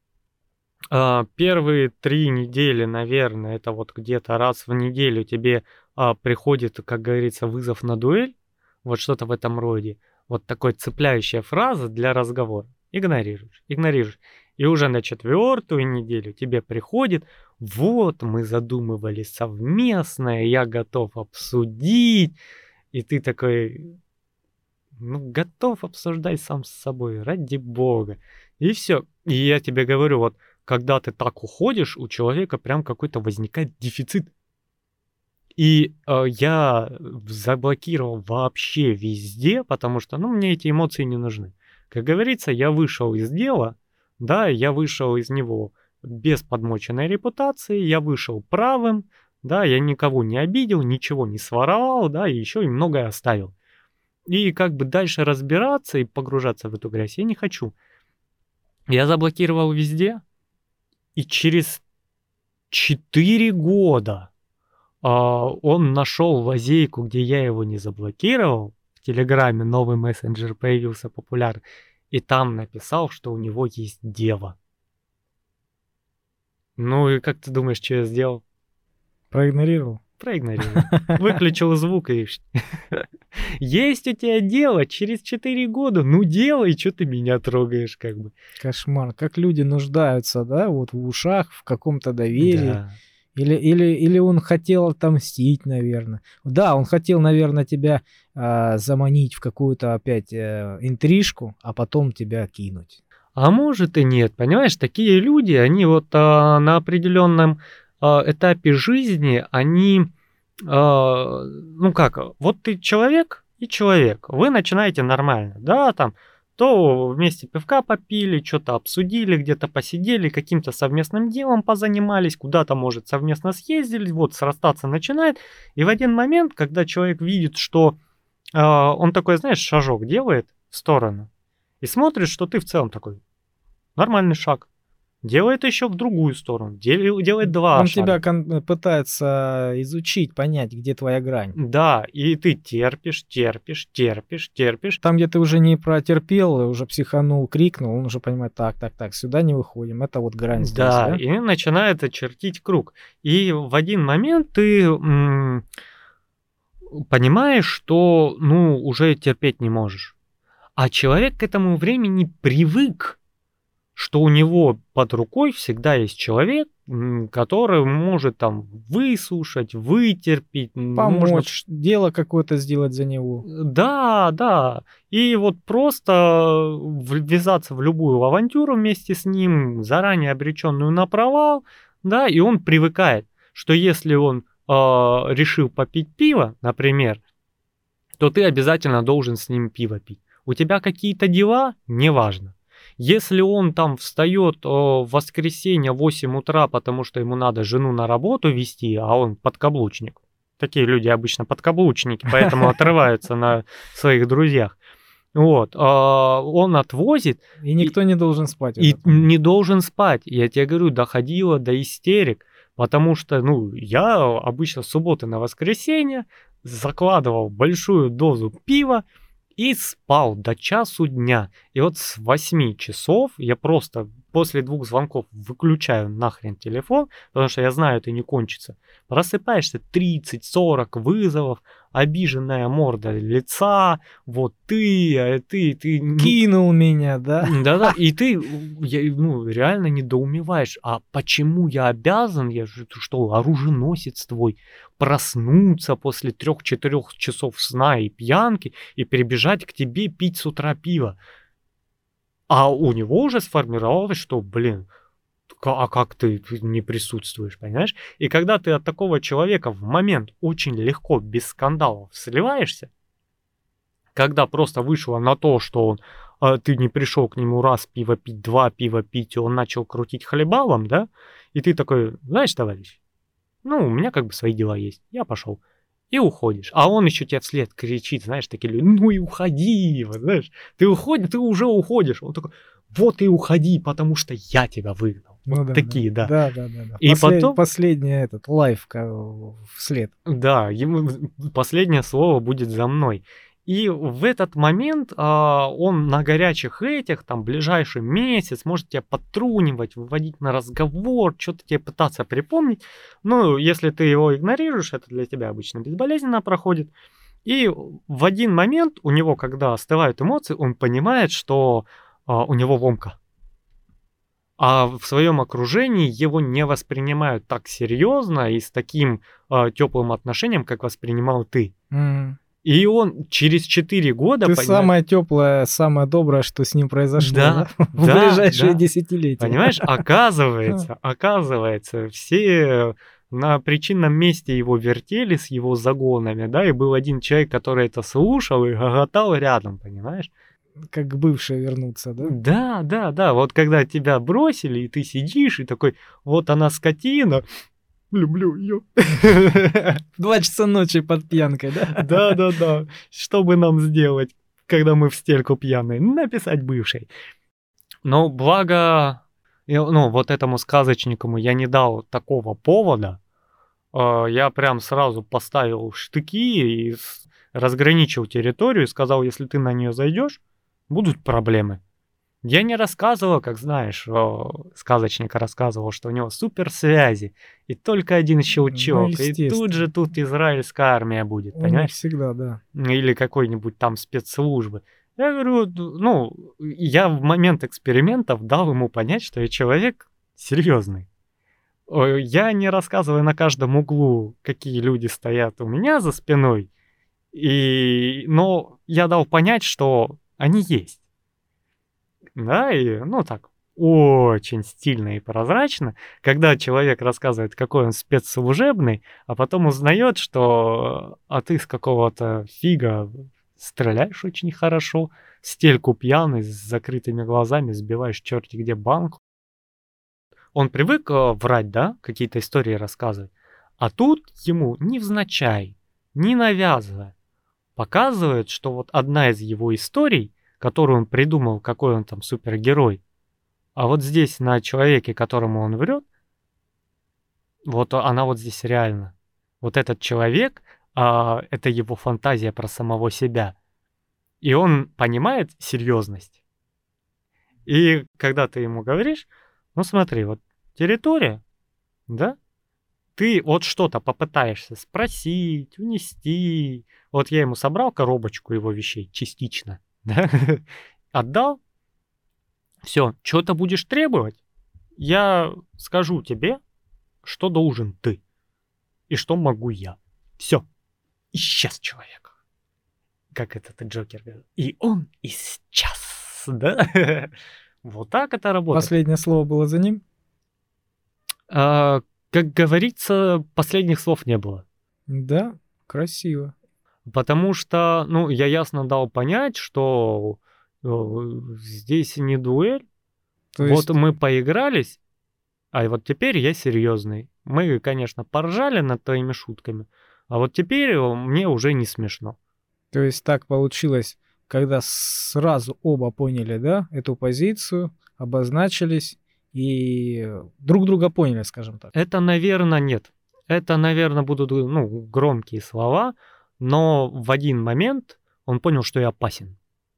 а, первые три недели, наверное, это вот где-то раз в неделю тебе, а, приходит, как говорится, вызов на дуэль, вот что-то в этом роде. Вот такой цепляющая фраза для разговора. Игнорируешь, игнорируешь. И уже на четвертую неделю тебе приходит: "Вот мы задумывали совместное, я готов обсудить". И ты такой, ну, готов обсуждать сам с собой, ради бога. И все. И я тебе говорю, вот когда ты так уходишь, у человека прям какой-то возникает дефицит. И, э, я заблокировал вообще везде, потому что, ну, мне эти эмоции не нужны. Как говорится, я вышел из дела, да, я вышел из него без подмоченной репутации, я вышел правым, да, я никого не обидел, ничего не своровал, да, и еще и многое оставил. И как бы дальше разбираться и погружаться в эту грязь я не хочу. Я заблокировал везде, и через четыре года, а, он нашел лазейку, где я его не заблокировал. В "Телеграме" новый мессенджер появился популярный, и там написал, что у него есть дева. Ну и как ты думаешь, что я сделал? Проигнорировал. Проигнорировал. Выключил звук и ш Есть у тебя дело через четыре года, ну делай, чё ты меня трогаешь как бы. Кошмар. Как люди нуждаются, да, вот в ушах, в каком-то доверии. Да. Или или или он хотел отомстить, наверно. Да, он хотел, наверно, тебя, а, заманить в какую-то опять, э, интрижку, а потом тебя кинуть. А может и нет, понимаешь, такие люди, они вот, а, на определенном, а, этапе жизни, они, а, ну как, вот ты человек и человек, вы начинаете нормально, да, там, то вместе пивка попили, что то обсудили, где-то посидели, каким-то совместным делом позанимались, куда-то, может, совместно съездили, вот срастаться начинает. И в один момент, когда человек видит, что, а, он такой, знаешь, шажок делает в сторону и смотрит, что ты в целом такой нормальный шаг. Делает еще в другую сторону. Дел делает два Он тебя шага. кон э, пытается изучить, понять, где твоя грань. Да, и ты терпишь, терпишь, терпишь, терпишь. Там, где ты уже не протерпел, уже психанул, крикнул, он уже понимает: "Так, так, так, сюда не выходим, это вот грань здесь", Да, да? и начинает очертить круг. И в один момент ты, м, понимаешь, что, ну, уже терпеть не можешь. А человек к этому времени привык, что у него под рукой всегда есть человек, м, который может там выслушать, вытерпеть, м, можно. Помочь, дело какое-то сделать за него. Да, да. И вот просто ввязаться в любую авантюру вместе с ним, заранее обреченную на провал, да, и он привыкает, что если он решил попить пиво, например, то ты обязательно должен с ним пиво пить. У тебя какие-то дела? Неважно. Если он там встает в воскресенье в восемь утра, потому что ему надо жену на работу везти, а он подкаблучник. Такие люди обычно подкаблучники, поэтому отрываются на своих друзьях. Вот, он отвозит. И никто и, не должен спать. И не должен спать. Я тебе говорю, доходило до истерик, потому что, ну, я обычно с субботы на воскресенье закладывал большую дозу пива и спал до часу дня. И вот с восьми часов я просто после двух звонков выключаю нахрен телефон, потому что я знаю, это не кончится. Просыпаешься, тридцать-сорок вызовов, обиженная морда лица, вот ты, ты, ты... Кинул меня, да? Да-да, и ты я, ну, реально недоумеваешь, а почему я обязан, я же что, оруженосец твой, проснуться после трех-четырех часов сна и пьянки и перебежать к тебе пить с утра пиво? А у него уже сформировалось, что, блин, а как ты не присутствуешь, понимаешь? И когда ты от такого человека в момент очень легко, без скандалов сливаешься, когда просто вышло на то, что он, а, ты не пришел к нему раз пиво пить, два пива пить, и он начал крутить хлебалом, да? И ты такой, знаешь, товарищ, ну, у меня как бы свои дела есть, я пошел. И уходишь. А он еще тебе вслед кричит, знаешь, такие люди, ну и уходи, вот, знаешь, ты уходишь, ты уже уходишь. Он такой, вот и уходи, потому что я тебя выгнал. Ну, вот да, такие, да. Да, да, да. да. И Послед... потом... Последний этот лайф вслед. Да, ему последнее слово будет за мной. И в этот момент а, он на горячих этих, там, ближайший месяц может тебя подтрунивать, выводить на разговор, что-то тебе пытаться припомнить. Ну, если ты его игнорируешь, это для тебя обычно безболезненно проходит. И в один момент у него, когда остывают эмоции, он понимает, что а, у него ломка. А в своем окружении его не воспринимают так серьезно и с таким а, теплым отношением, как воспринимал ты. Mm. И он через четыре года... Ты понимаешь, самое теплое, самое доброе, что с ним произошло, да? Да, В да, ближайшие да. десятилетия. Понимаешь, оказывается, оказывается, все на причинном месте его вертели с его загонами, да, и был один человек, который это слушал и гоготал рядом, понимаешь? Как бывшие вернуться, да? Да, да, да, вот когда тебя бросили, и ты сидишь, и такой, вот она скотина, люблю ее. Два часа ночи под пьянкой, да? Да, да, да. Что бы нам сделать, когда мы в стельку пьяные? Написать бывшей. Но благо, ну, вот этому сказочнику я не дал такого повода. Я прям сразу поставил штыки и разграничил территорию и сказал, если ты на нее зайдешь, будут проблемы. Я не рассказывал, как знаешь, сказочник рассказывал, что у него суперсвязи, и только один щелчок, ну, и тут же тут израильская армия будет, у понимаешь? Всегда, да. Или какой-нибудь там спецслужбы. Я говорю, ну, я в момент экспериментов дал ему понять, что я человек серьезный. Я не рассказываю на каждом углу, какие люди стоят у меня за спиной, и... но я дал понять, что они есть. Да, и, ну, так, очень стильно и прозрачно, когда человек рассказывает, какой он спецслужебный, а потом узнает, что а ты с какого-то фига стреляешь очень хорошо, стельку пьяный, с закрытыми глазами, сбиваешь черти где банку. Он привык врать, да, какие-то истории рассказывать, а тут ему невзначай, не навязывая, показывает, что вот одна из его историй, которую он придумал, какой он там супергерой, а вот здесь на человеке, которому он врет, вот она вот здесь реально. Вот этот человек, а, это его фантазия про самого себя. И он понимает серьезность. И когда ты ему говоришь, ну смотри, вот территория, да, ты вот что-то попытаешься спросить, унести. Вот я ему собрал коробочку его вещей частично, да? Отдал. Все, что-то будешь требовать, я скажу тебе, что должен ты и что могу я. Все, исчез человек. Как этот Джокер говорил. И он исчез, да? Вот так это работает. Последнее слово было за ним? А, как говорится, последних слов не было. Да, красиво. Потому что, ну, я ясно дал понять, что э, здесь не дуэль. То Вот есть, мы поигрались, а вот теперь я серьезный. Мы, конечно, поржали над твоими шутками, а вот теперь э, мне уже не смешно. то есть так получилось, когда сразу оба поняли, да, эту позицию, обозначились и друг друга поняли, скажем так. Это, наверное, нет. Это, наверное, будут, ну, громкие слова, но в один момент он понял, что я опасен.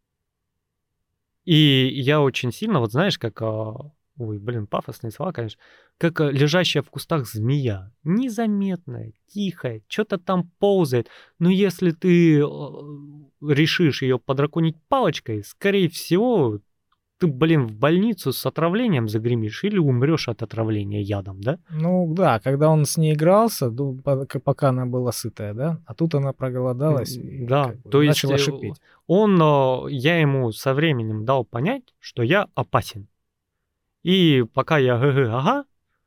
И я очень сильно, вот знаешь, как, а, ой, блин, пафосные слова, конечно, как а, лежащая в кустах змея, незаметная, тихая, что-то там ползает, но если ты э, решишь ее подраконить палочкой, скорее всего, ты, блин, в больницу с отравлением загремишь или умрешь от отравления ядом, да? Ну да, когда он с ней игрался, ду- по- к- пока она была сытая, да, а тут она проголодалась и Да, как бы то есть начала э, шипеть. он, а, я ему со временем дал понять, что я опасен. И пока я ага,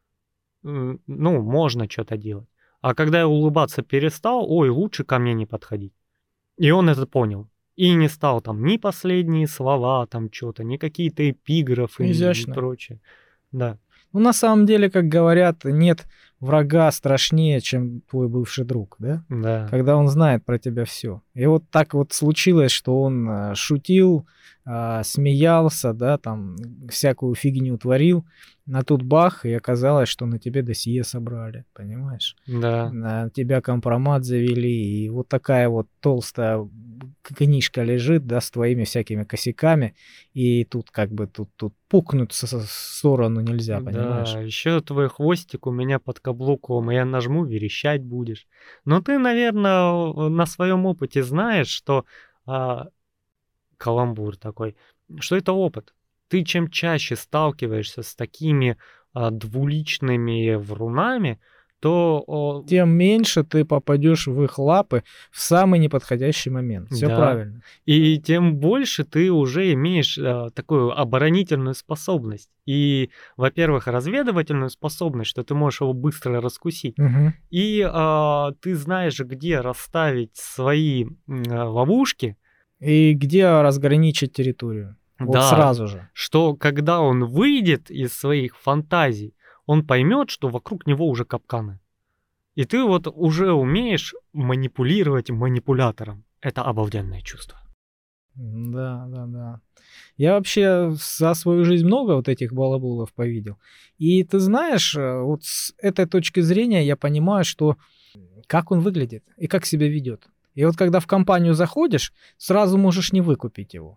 М, ну, можно что-то делать. А когда я улыбаться перестал, ой, лучше ко мне не подходить. И он это понял. И не стал там ни последние слова, там что-то, ни какие-то эпиграфы, ни Изящно. прочее. Да, Ну, на самом деле, как говорят, нет врага страшнее, чем твой бывший друг, да? да, Когда он знает про тебя все. И вот так вот случилось, что он а, шутил, а, смеялся, да, там всякую фигню творил, а тут бах, и оказалось, что на тебе досье собрали, понимаешь? да. На тебя компромат завели, и вот такая вот толстая книжка лежит, да, с твоими всякими косяками, и тут как бы тут, тут пукнуть со со сторону нельзя, Да, понимаешь? еще твой хвостик у меня под каблуком, и я нажму, верещать будешь. Но ты, наверное, на своем опыте знаешь, что а, каламбур такой, что это опыт. Ты чем чаще сталкиваешься с такими а, двуличными врунами, то о, Тем меньше ты попадешь в их лапы в самый неподходящий момент. Все да, правильно. и тем больше ты уже имеешь а, такую оборонительную способность. И, во-первых, разведывательную способность, что ты можешь его быстро раскусить. Мгм. И а, ты знаешь, где расставить свои м, а, ловушки. И где разграничить территорию? Вот Да, сразу же. что когда он выйдет из своих фантазий, он поймет, что вокруг него уже капканы. И ты вот уже умеешь манипулировать манипулятором. Это обалденное чувство. Да, да, да. Я вообще за свою жизнь много вот этих балаболов повидел. И ты знаешь, э, вот с этой точки зрения я понимаю, что как он выглядит и как себя ведет. И вот когда в компанию заходишь, сразу можешь не выкупить его.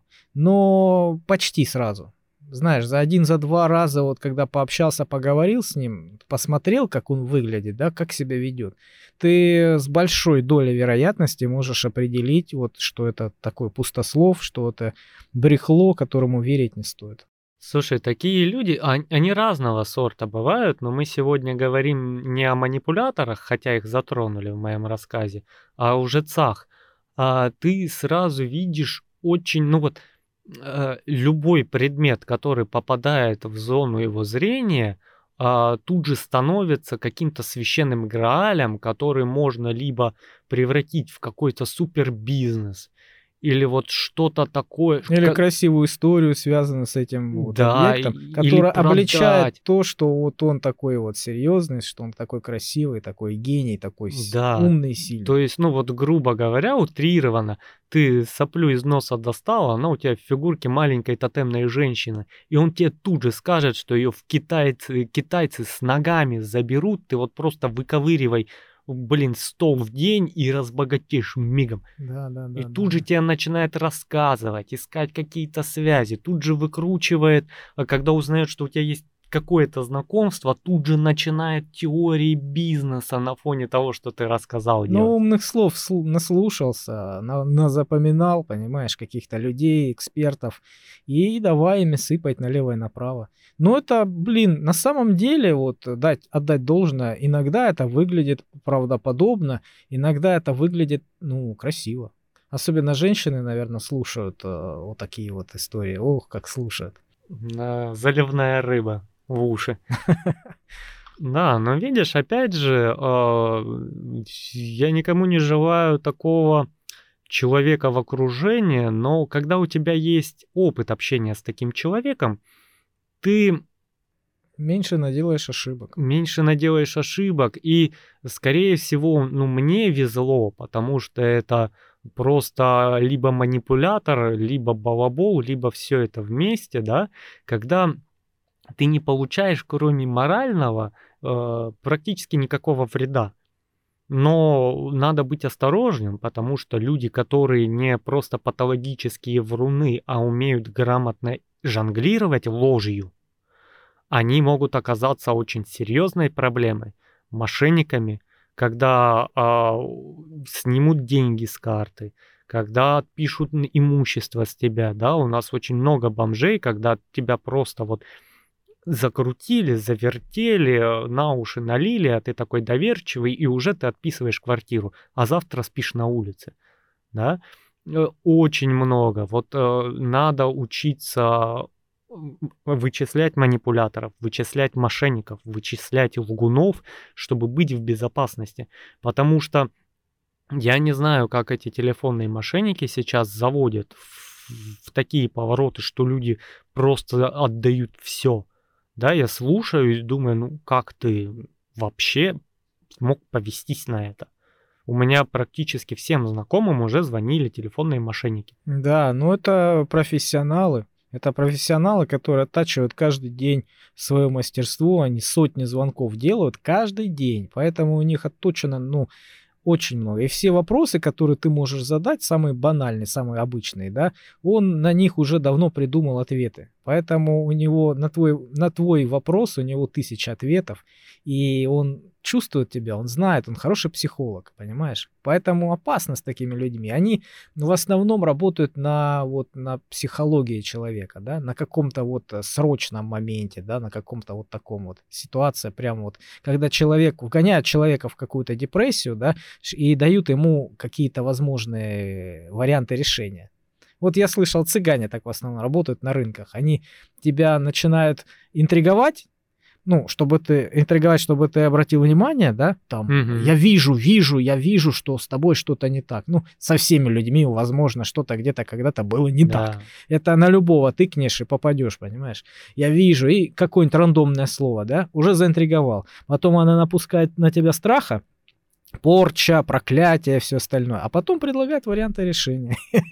Но почти сразу. Знаешь, за один, за два раза, вот когда пообщался, поговорил с ним, посмотрел, как он выглядит, да, как себя ведет, ты с большой долей вероятности можешь определить, вот, что это такой пустослов, что это брехло, которому верить не стоит. Слушай, такие люди, ань- они разного сорта бывают, но мы сегодня говорим не о манипуляторах, хотя их затронули в моем рассказе, а о лжецах. А ты сразу видишь очень, ну вот, э, любой предмет, который попадает в зону его зрения, а, тут же становится каким-то священным граалем, который можно либо превратить в какой-то супербизнес, или вот что-то такое, ш- Или ка- красивую историю, связанную с этим вот да, и- объектом, или которая обличает продать. то, что вот он такой вот серьезный, что он такой красивый, такой гений, такой с- Да, умный, то сильный. есть, ну вот, грубо говоря, утрированно, ты соплю из носа достал, она у тебя в фигурке маленькой тотемной женщины, и он тебе тут же скажет, что ее в китайцы, китайцы с ногами заберут, ты вот просто выковыривай, блин, сто в день и разбогатеешь мигом. Да, да, И да, тут же да. тебе начинает рассказывать, искать какие-то связи, тут же выкручивает, а когда узнает, что у тебя есть какое-то знакомство, тут же начинает теории бизнеса на фоне того, что ты рассказал Ну, делать. умных слов слу- наслушался, на, назапоминал, понимаешь, каких-то людей, экспертов, и давай ими сыпать налево и направо. Но это, блин, на самом деле, вот дать, отдать должное, иногда это выглядит правдоподобно, иногда это выглядит, ну, красиво. Особенно женщины, наверное, слушают э, вот такие вот истории. Ох, как слушают. На заливная рыба в уши. Да, но видишь, опять же, а, я никому не желаю такого человека в окружении, но когда у тебя есть опыт общения с таким человеком, ты Меньше наделаешь ошибок. меньше наделаешь ошибок, и, скорее всего, ну, мне везло, потому что это просто либо манипулятор, либо балабол, либо все это вместе, да, когда ты не получаешь, кроме морального, э, практически никакого вреда. Но надо быть осторожным, потому что люди, которые не просто патологические вруны, а умеют грамотно жонглировать ложью, они могут оказаться очень серьезной проблемой, мошенниками, когда а, снимут деньги с карты, когда отпишут н- имущество с тебя, да, у нас очень много бомжей, когда тебя просто вот закрутили, завертели, э, на уши налили, а ты такой доверчивый, и уже ты отписываешь квартиру, а завтра спишь на улице, да. Э, Очень много. Вот э, надо учиться м, вычислять манипуляторов, вычислять мошенников, вычислять лгунов, чтобы быть в безопасности. Потому что я не знаю, как эти телефонные мошенники сейчас заводят в, в такие повороты, что люди просто отдают все. Да, я слушаю и думаю, ну как ты вообще мог повестись на это? У меня практически всем знакомым уже звонили телефонные мошенники. Да, ну это профессионалы. Это профессионалы, которые оттачивают каждый день свое мастерство. Они сотни звонков делают каждый день. Поэтому у них отточено, ну, очень много. И все вопросы, которые ты можешь задать, самые банальные, самые обычные, да, он на них уже давно придумал ответы. Поэтому у него на твой, на твой вопрос у него тысяча ответов, и он чувствует тебя, он знает, он хороший психолог, понимаешь? Поэтому опасно с такими людьми. Они, ну, в основном работают на, вот, на психологии человека, да, на каком-то вот э, срочном моменте, да, на каком-то вот таком вот ситуация, прямо вот, когда человек, вгоняют человека в какую-то депрессию, да, ш- и дают ему какие-то возможные варианты решения. Вот я слышал, цыгане так в основном работают на рынках. Они тебя начинают интриговать, ну, чтобы ты интриговать, чтобы ты обратил внимание, да, там, Мгм. я вижу, вижу, я вижу, что с тобой что-то не так. Ну, со всеми людьми, возможно, что-то где-то когда-то было не так. Да. Это на любого тыкнешь и попадешь, понимаешь? Я вижу, и какое-нибудь рандомное слово, да, уже заинтриговал. Потом она напускает на тебя страха, порча, проклятие, все остальное, а потом предлагает варианты решения.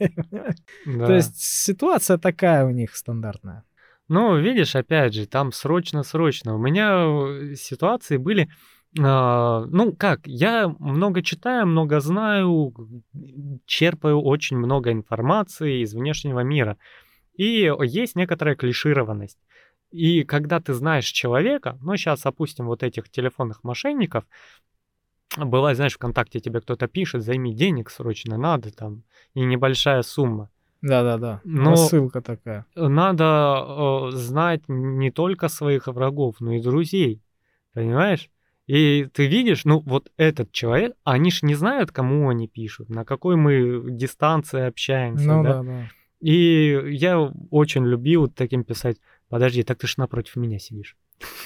То Да. есть ситуация такая у них стандартная. Ну, видишь, опять же, там срочно-срочно. У меня э, ситуации были, а, ну как, я много читаю, много знаю, г- черпаю очень много информации из внешнего мира. И есть некоторая клишированность. И когда ты знаешь человека, ну сейчас опустим вот этих телефонных мошенников, бывает, знаешь, ВКонтакте тебе кто-то пишет, займи денег срочно надо там, и небольшая сумма. Да-да-да, Но рассылка такая. надо, э, знать не только своих врагов, но и друзей, понимаешь? И ты видишь, ну, вот этот человек, они ж не знают, кому они пишут, на какой мы дистанции общаемся, Ну да. да-да. И я очень любил таким писать: "Подожди, так ты ж напротив меня сидишь".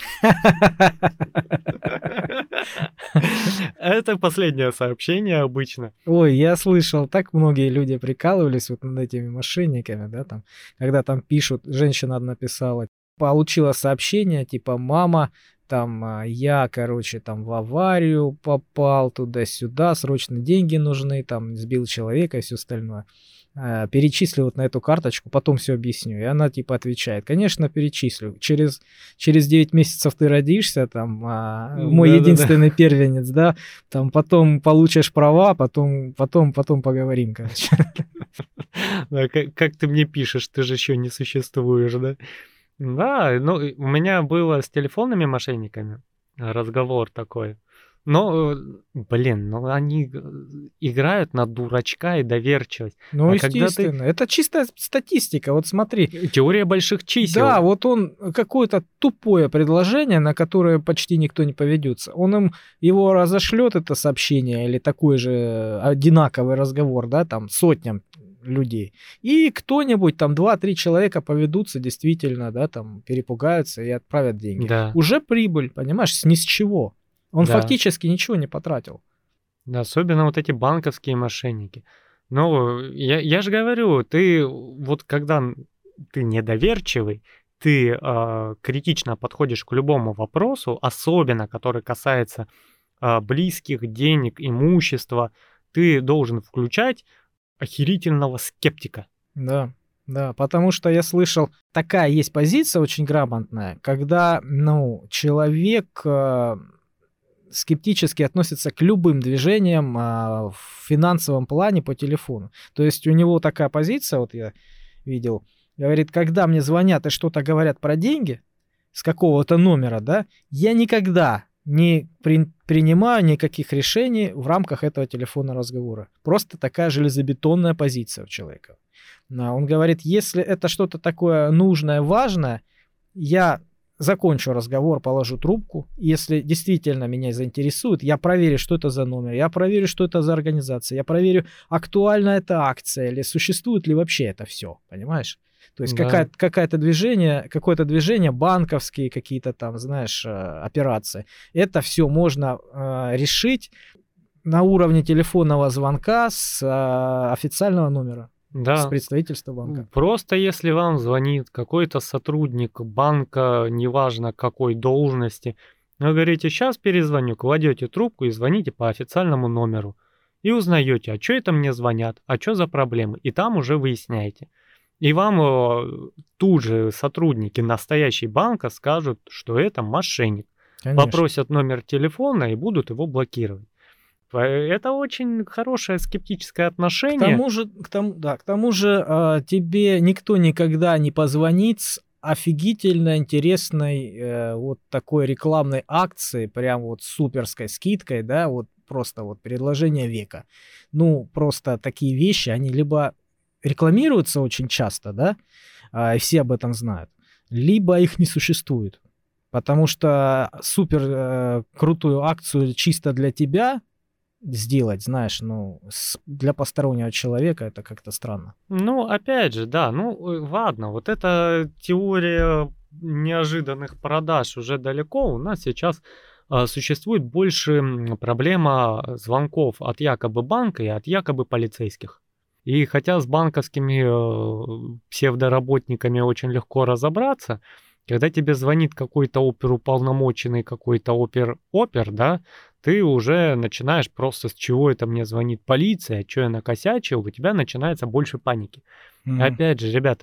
Это последнее сообщение обычно. Ой, я слышал, так многие люди прикалывались вот над этими мошенниками, да, там, когда там пишут, женщина одна написала, получила сообщение, типа, мама, там, а, я, короче, там в аварию попал туда-сюда, срочно деньги нужны, там, сбил человека и все остальное. А, перечисли вот на эту карточку, потом все объясню. И она, типа, отвечает, конечно, перечислю. Через, через девять месяцев ты родишься, там, а, мой Да-да-да. единственный первенец, да, там потом получишь права, потом, потом, потом поговорим, короче. Да, как как ты мне пишешь, ты же еще не существуешь, да? Да, ну, и у меня было с телефонными мошенниками э, разговор такой. Но, э, блин, ну они э, играют на дурачка и доверчивость. Ну, А когда ты... естественно, это чистая статистика. Вот смотри, э, Теория больших да, чисел. вот он э, какое-то тупое предложение, на которое почти никто не поведется. Он им его разошлет, это сообщение, или такой же одинаковый разговор, да, там, сотням людей. И кто-нибудь, там, два-три человека поведутся действительно, да, там, перепугаются и отправят деньги. Да, Уже прибыль, понимаешь, с ни с чего. Он да. фактически ничего не потратил. Да, особенно вот эти банковские мошенники. Ну, я, я же говорю, ты вот когда н- ты недоверчивый, ты а, критично подходишь к любому вопросу, особенно который касается а, близких, денег, имущества, ты должен включать охерительного скептика. Да, да, потому что я слышал, такая есть позиция очень грамотная, когда, ну, человек э, скептически относится к любым движениям а, в финансовом плане по телефону. То есть у него такая позиция, вот я видел, говорит, когда мне звонят и что-то говорят про деньги с какого-то номера, да, я никогда не при- принимаю никаких решений в рамках этого телефонного разговора. Просто такая железобетонная позиция у человека. А он говорит, если это что-то такое нужное, важное, я закончу разговор, положу трубку. Если действительно меня заинтересует, я проверю, что это за номер, я проверю, что это за организация, я проверю, актуальна эта акция или существует ли вообще это все, понимаешь? То есть Да. какая- какое-то движение, какое-то движение, банковские какие-то там, знаешь, э, операции. Это все можно э, решить на уровне телефонного звонка с э, официального номера, с Да. представительства банка. Просто если вам звонит какой-то сотрудник банка, неважно какой должности, вы говорите, сейчас перезвоню, кладете трубку и звоните по официальному номеру. И узнаете, а что это мне звонят, а что за проблемы, и там уже выясняете. И вам э, тут же сотрудники настоящей банка скажут, что это мошенник. Конечно. Попросят номер телефона и будут его блокировать. По- Это очень хорошее скептическое К отношение. тому же, к тому, да, к тому же а, тебе никто никогда не позвонит с офигительно интересной э, вот такой рекламной акцией, прям вот суперской скидкой, да, вот просто вот предложение века. Ну, просто такие вещи, они либо рекламируются очень часто, да, а, и все об этом знают, либо их не существует. Потому что супер э, крутую акцию чисто для тебя сделать, знаешь, ну, с- для постороннего человека это как-то странно. Ну, опять же, да, ну э, ладно, вот эта теория неожиданных продаж уже далеко. У нас сейчас а, существует больше м, проблема звонков от якобы банка и от якобы полицейских. И хотя с банковскими э, псевдоработниками очень легко разобраться, когда тебе звонит какой-то оперуполномоченный, какой-то опер-опер, да, ты уже начинаешь просто с чего это мне звонит полиция, что я накосячил, у тебя начинается больше паники. Мгм. Опять же, ребята,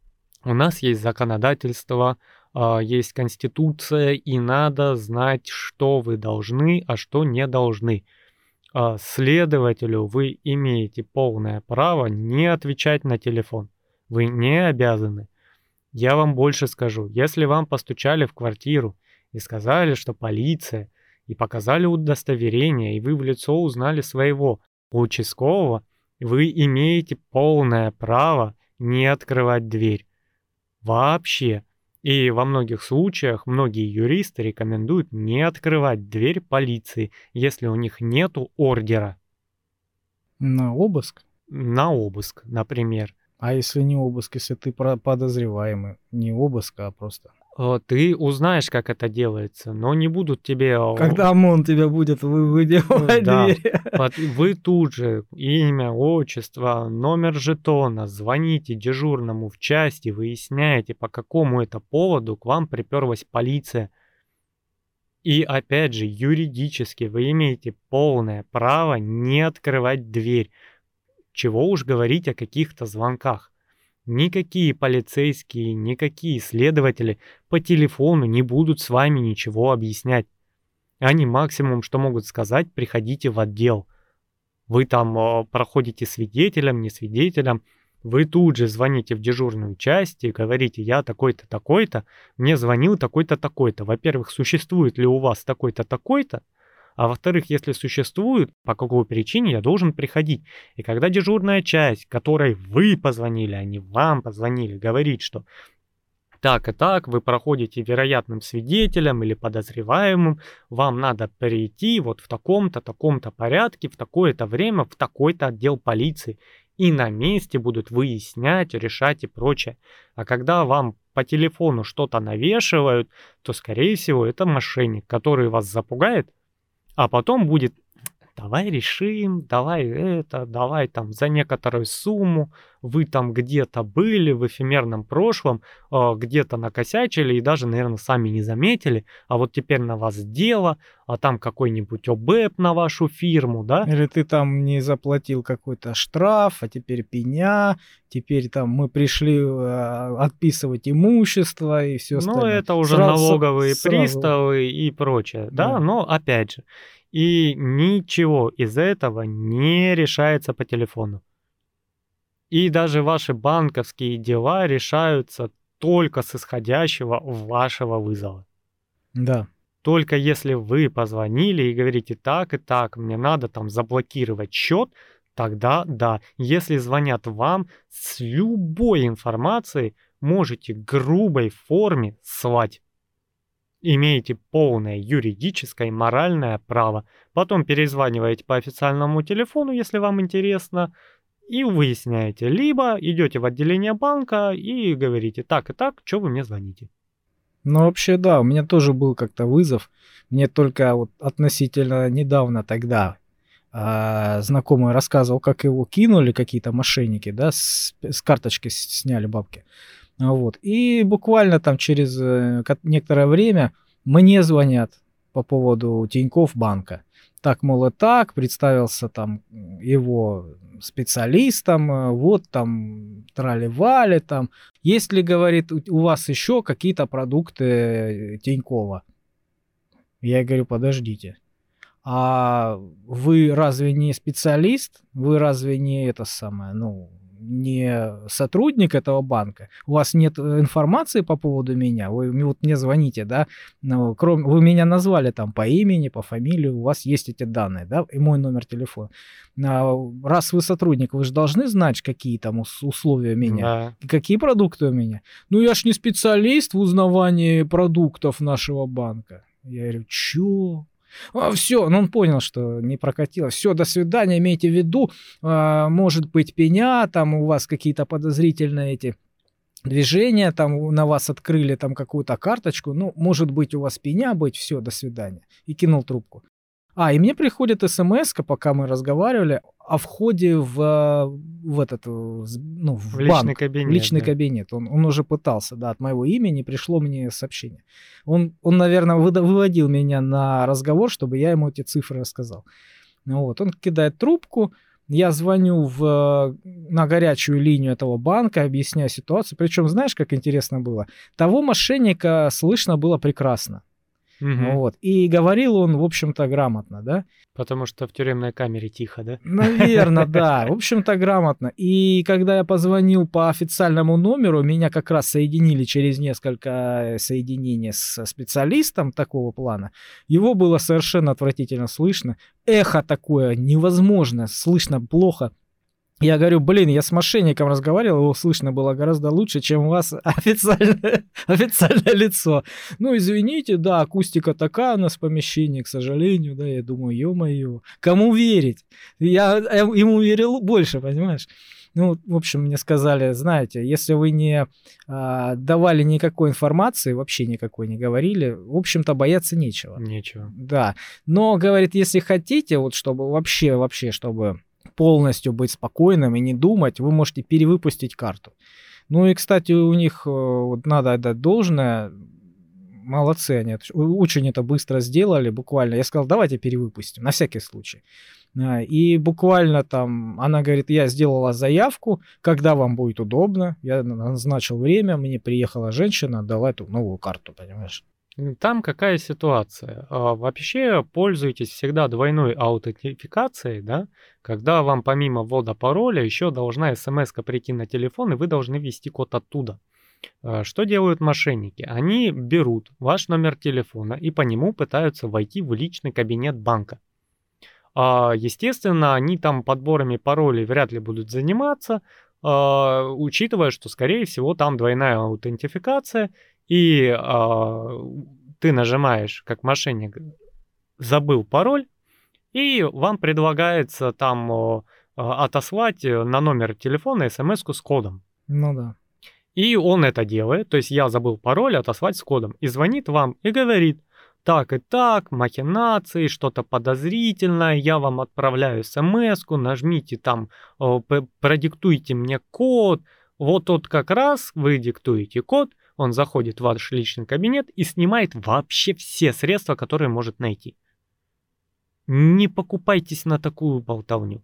у нас есть законодательство, а, есть конституция, и надо знать, что вы должны, а что не должны. А, Следователю вы имеете полное право не отвечать на телефон. Вы не обязаны. Я вам больше скажу. Если вам постучали в квартиру и сказали, что полиция, и показали удостоверение, и вы в лицо узнали своего участкового, вы имеете полное право не открывать дверь. Вообще. И во многих случаях многие юристы рекомендуют не открывать дверь полиции, если у них нету ордера На обыск? на обыск, например. А если не обыск, если ты про- подозреваемый? Не обыск, а просто. Э, Ты узнаешь, как это делается, но не будут тебе... э, Когда ОМОН тебя будет вы- выбивать Да, дверь. под- вы тут же имя, отчество, номер жетона, звоните дежурному в части, выясняете, по какому это поводу к вам приперлась полиция. И опять же, юридически вы имеете полное право не открывать дверь. Чего уж говорить о каких-то звонках. Никакие полицейские, никакие следователи по телефону не будут с вами ничего объяснять. Они максимум, что могут сказать, приходите в отдел. Вы там э, проходите свидетелем, не свидетелем. Вы тут же звоните в дежурную часть и говорите, я такой-то, такой-то, мне звонил такой-то, такой-то. Во-первых, существует ли у вас такой-то, такой-то? А во-вторых, если существует, по какой причине я должен приходить? И когда дежурная часть, которой вы позвонили, а не вам позвонили, говорит, что так и так, вы проходите вероятным свидетелем или подозреваемым, вам надо перейти вот в таком-то, таком-то порядке, в такое-то время, в такой-то отдел полиции. и на месте будут выяснять, решать и прочее. А когда вам по телефону что-то навешивают, то, скорее всего, это мошенник, который вас запугает, а потом будет: давай решим, давай это, давай там за некоторую сумму, вы там где-то были в эфемерном прошлом, э, где-то накосячили и даже, наверное, сами не заметили, а вот теперь на вас дело, а там какой-нибудь ОБЭП на вашу фирму, да? Или ты там не заплатил какой-то штраф, а теперь пеня, теперь там мы пришли э, отписывать имущество и все Ну, остальное. это уже Сразу, налоговые сразу, приставы и прочее, да, да. но опять же, и ничего из этого не решается по телефону. И даже ваши банковские дела решаются только с исходящего вашего вызова. Да. Только если вы позвонили и говорите: так и так, мне надо там заблокировать счет, тогда да. Если звонят вам с любой информацией, можете в грубой форме слать. Имеете полное юридическое и моральное право. Потом перезваниваете по официальному телефону, если вам интересно, и выясняете. Либо идете в отделение банка и говорите: так и так, что вы мне звоните? Ну, вообще, да, у меня тоже был как-то вызов. Мне только вот относительно недавно тогда а, знакомый рассказывал, как его кинули какие-то мошенники, да, с, с карточки с- сняли бабки. А Вот. И буквально там через э, ка- некоторое время мне звонят по поводу Тинькофф банка. Так, мол, и так, представился там м, его специалистом, э, вот там трали-вали там. Есть ли, говорит, у у вас еще какие-то продукты э, Тинькова? Я говорю, подождите. А вы разве не специалист? Вы разве не это самое, ну, не сотрудник этого банка? У вас нет э, информации по поводу меня? Вы мне- вот мне звоните, да? Ну, кроме, вы меня назвали там по имени, по фамилии, у вас есть эти данные, да? И мой номер телефона. А, раз вы сотрудник, вы же должны знать, какие там ус- условия у меня. Да. И какие продукты у меня? Ну, я ж не специалист в узнавании продуктов нашего банка. Я говорю, чё? А, все, ну он понял, что не прокатило. Все, до свидания, имейте в виду, а, может быть пеня, там у вас какие-то подозрительные эти движения, там у- на вас открыли там какую-то карточку, ну, может быть у вас пеня быть, все, до свидания. И кинул трубку. А, и мне приходит смс, пока мы разговаривали, о входе в, а, в этот, э, з- ну, в В личный банк, в кабинет, личный да. кабинет. Он, он уже пытался, да, от моего имени пришло мне сообщение. Он, он наверное, выда- выводил меня на разговор, чтобы я ему эти цифры рассказал. Ну вот, он кидает трубку, я звоню в, на горячую линию этого банка, объясняю ситуацию. Причем, знаешь, как интересно было? Того мошенника слышно было прекрасно. Мгм. Вот. И говорил он, в общем-то, грамотно, да? Потому что в тюремной камере тихо, да? Наверно, да. В общем-то, грамотно. И когда я позвонил по официальному номеру, меня как раз соединили через несколько соединений с специалистом такого плана. Его было совершенно отвратительно слышно. Эхо такое невозможно, слышно плохо. Я говорю, блин, я с мошенником разговаривал, его слышно было гораздо лучше, чем у вас официальное, официальное лицо. Ну, извините, да, акустика такая у нас в помещении, к сожалению, да, я думаю, ё-моё, кому верить? Я э, ему верил больше, понимаешь? Ну, в общем, мне сказали, знаете, если вы не а, давали никакой информации, вообще никакой не говорили, в общем-то, бояться нечего. Нечего. Да, но, говорит, если хотите, вот чтобы вообще, вообще, чтобы полностью быть спокойным и не думать, вы можете перевыпустить карту. Ну и, кстати, у них, э, вот надо отдать должное, молодцы они, это ж- о- очень это быстро сделали, буквально. Я сказал, давайте перевыпустим, на всякий случай. А, И буквально там, она говорит, я сделала заявку, когда вам будет удобно. Я на- назначил время, мне приехала женщина, дала эту новую карту, понимаешь? М, Там какая ситуация? А, Вообще пользуйтесь всегда двойной аутентификацией, да, когда вам помимо ввода пароля еще должна смс-ка прийти на телефон, и вы должны ввести код оттуда. А, Что делают мошенники? Они берут ваш номер телефона и по нему пытаются войти в личный кабинет банка. А, Естественно, они там подборами паролей вряд ли будут заниматься, а, учитывая, что, скорее всего, там двойная аутентификация, и а, ты нажимаешь, как мошенник, забыл пароль, и вам предлагается там о, а, отослать э, на номер телефона смс-ку с кодом. Ну да. И он это делает, то есть я забыл пароль, отослать с кодом. И звонит вам и говорит, так и так, махинации, что-то подозрительное, я вам отправляю смс-ку, нажмите там, э, п- продиктуйте мне код. Вот тут как раз вы диктуете код, он заходит в ваш личный кабинет и снимает вообще все средства, которые может найти. Не покупайтесь на такую болтовню.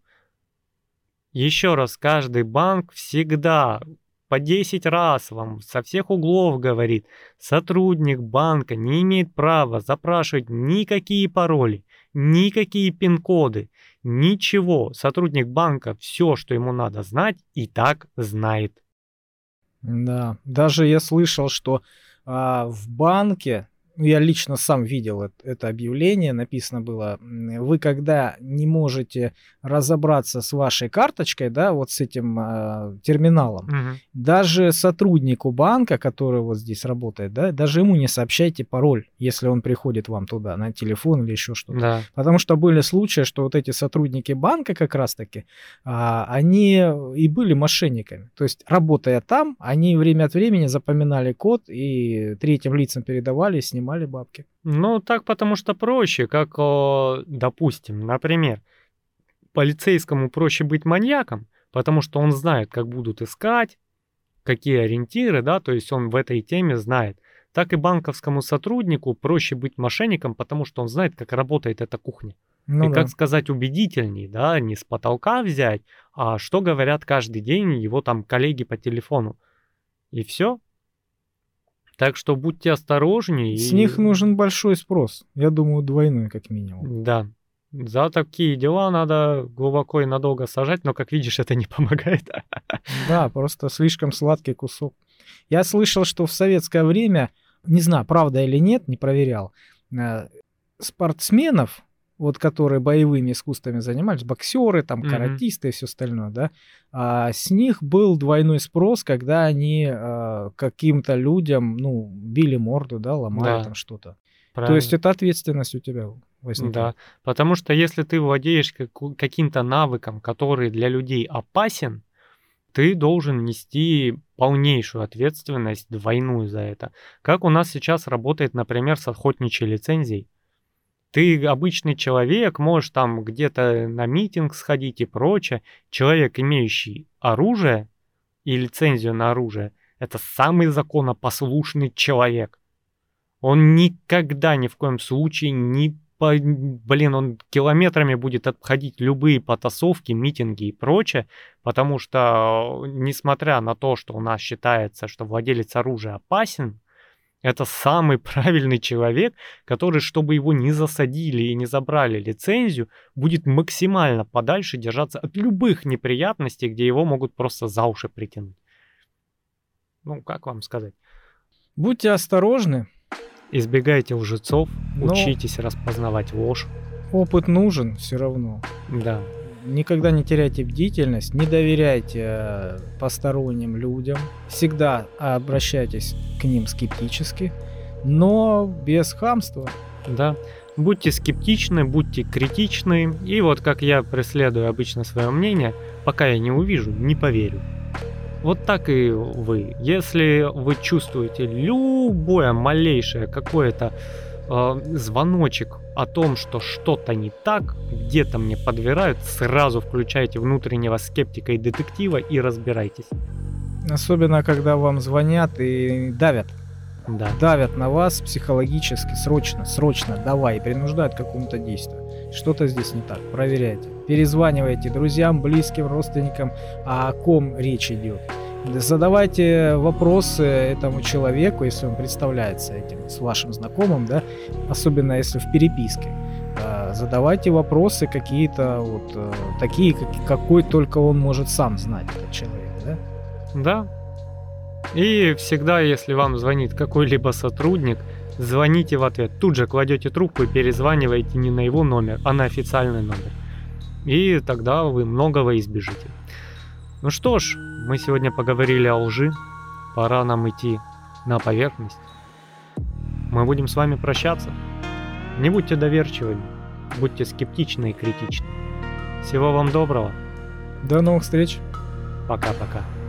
Еще раз, каждый банк всегда по десять раз вам со всех углов говорит, сотрудник банка не имеет права запрашивать никакие пароли, никакие пин-коды, ничего. Сотрудник банка все, что ему надо знать, и так знает. Да, даже я слышал, что а, в банке, ну, я лично сам видел это, это объявление, написано было, м, вы когда не можете разобраться с вашей карточкой, да, вот с этим а, терминалом, Мгм. даже сотруднику банка, который вот здесь работает, да, даже ему не сообщайте пароль, если он приходит вам туда на телефон или еще что-то. Да. Потому что были случаи, что вот эти сотрудники банка как раз-таки, а, они и были мошенниками. То есть, работая там, они время от времени запоминали код и третьим лицам передавали, и снимали бабки. Ну, так потому что проще, как, о, допустим, например, полицейскому проще быть маньяком, потому что он знает, как будут искать, какие ориентиры, да, то есть он в этой теме знает. Так и банковскому сотруднику проще быть мошенником, потому что он знает, как работает эта кухня. Ну И да. как сказать убедительней, да, не с потолка взять, а что говорят каждый день его там коллеги по телефону. И все. Так что будьте осторожнее. С и- них нужен большой спрос. Я думаю, двойной как минимум. Да. За такие дела надо глубоко и надолго сажать, но, как видишь, это не помогает. Да, просто слишком сладкий кусок. Я слышал, что в советское время, не знаю, правда или нет, не проверял, э, спортсменов, вот которые боевыми искусствами занимались, боксеры, там, Мгм. каратисты и все остальное, да, а с них был двойной спрос, когда они э, каким-то людям, ну, били морду, да, ломали Да. там что-то. То Правильно. есть это ответственность у тебя возникает. Да, потому что если ты владеешь каку- каким-то навыком, который для людей опасен, ты должен нести полнейшую ответственность, двойную за это. Как у нас сейчас работает, например, с охотничьей лицензией. Ты обычный человек, можешь там где-то на митинг сходить и прочее. Человек, имеющий оружие и лицензию на оружие, это самый законопослушный человек. Он никогда ни в коем случае не по- блин, он километрами будет обходить любые потасовки, митинги и прочее, потому что, э, несмотря на то, что у нас считается, что владелец оружия опасен, это самый правильный человек, который, чтобы его не засадили и не забрали лицензию, будет максимально подальше держаться от любых неприятностей, где его могут просто за уши притянуть. Ну, как вам сказать? Будьте осторожны, Избегайте лжецов, Но- учитесь распознавать ложь. опыт нужен все равно. Да, Никогда не теряйте бдительность, не доверяйте э, посторонним людям. Всегда обращайтесь к ним скептически, но без хамства. да. Будьте скептичны, будьте критичны. И вот как я преследую обычно свое мнение, пока я не увижу, не поверю. Вот так и вы. Если вы чувствуете любое малейшее какое-то э, звоночек о том, что что-то не так, где-то мне подбирают, сразу включайте внутреннего скептика и детектива и разбирайтесь. Особенно, когда вам звонят и давят. Да. Давят на вас психологически, срочно, срочно, давай, и принуждают к какому-то действию. Что-то здесь не так, проверяйте. Перезванивайте друзьям, близким, родственникам, о ком речь идет. Задавайте вопросы этому человеку, если он представляется этим с вашим знакомым, да, особенно если в переписке. А, Задавайте вопросы какие-то вот э, такие, как- какой только он может сам знать, этот человек, да. Да. И всегда, если вам звонит какой-либо сотрудник, звоните в ответ. Тут же кладете трубку и перезваниваете не на его номер, а на официальный номер. И тогда вы многого избежите. Ну что ж, мы сегодня поговорили о лжи. Пора нам идти на поверхность. Мы будем с вами прощаться. Не будьте доверчивыми, будьте скептичны и критичны. Всего вам доброго. До новых встреч. Пока-пока.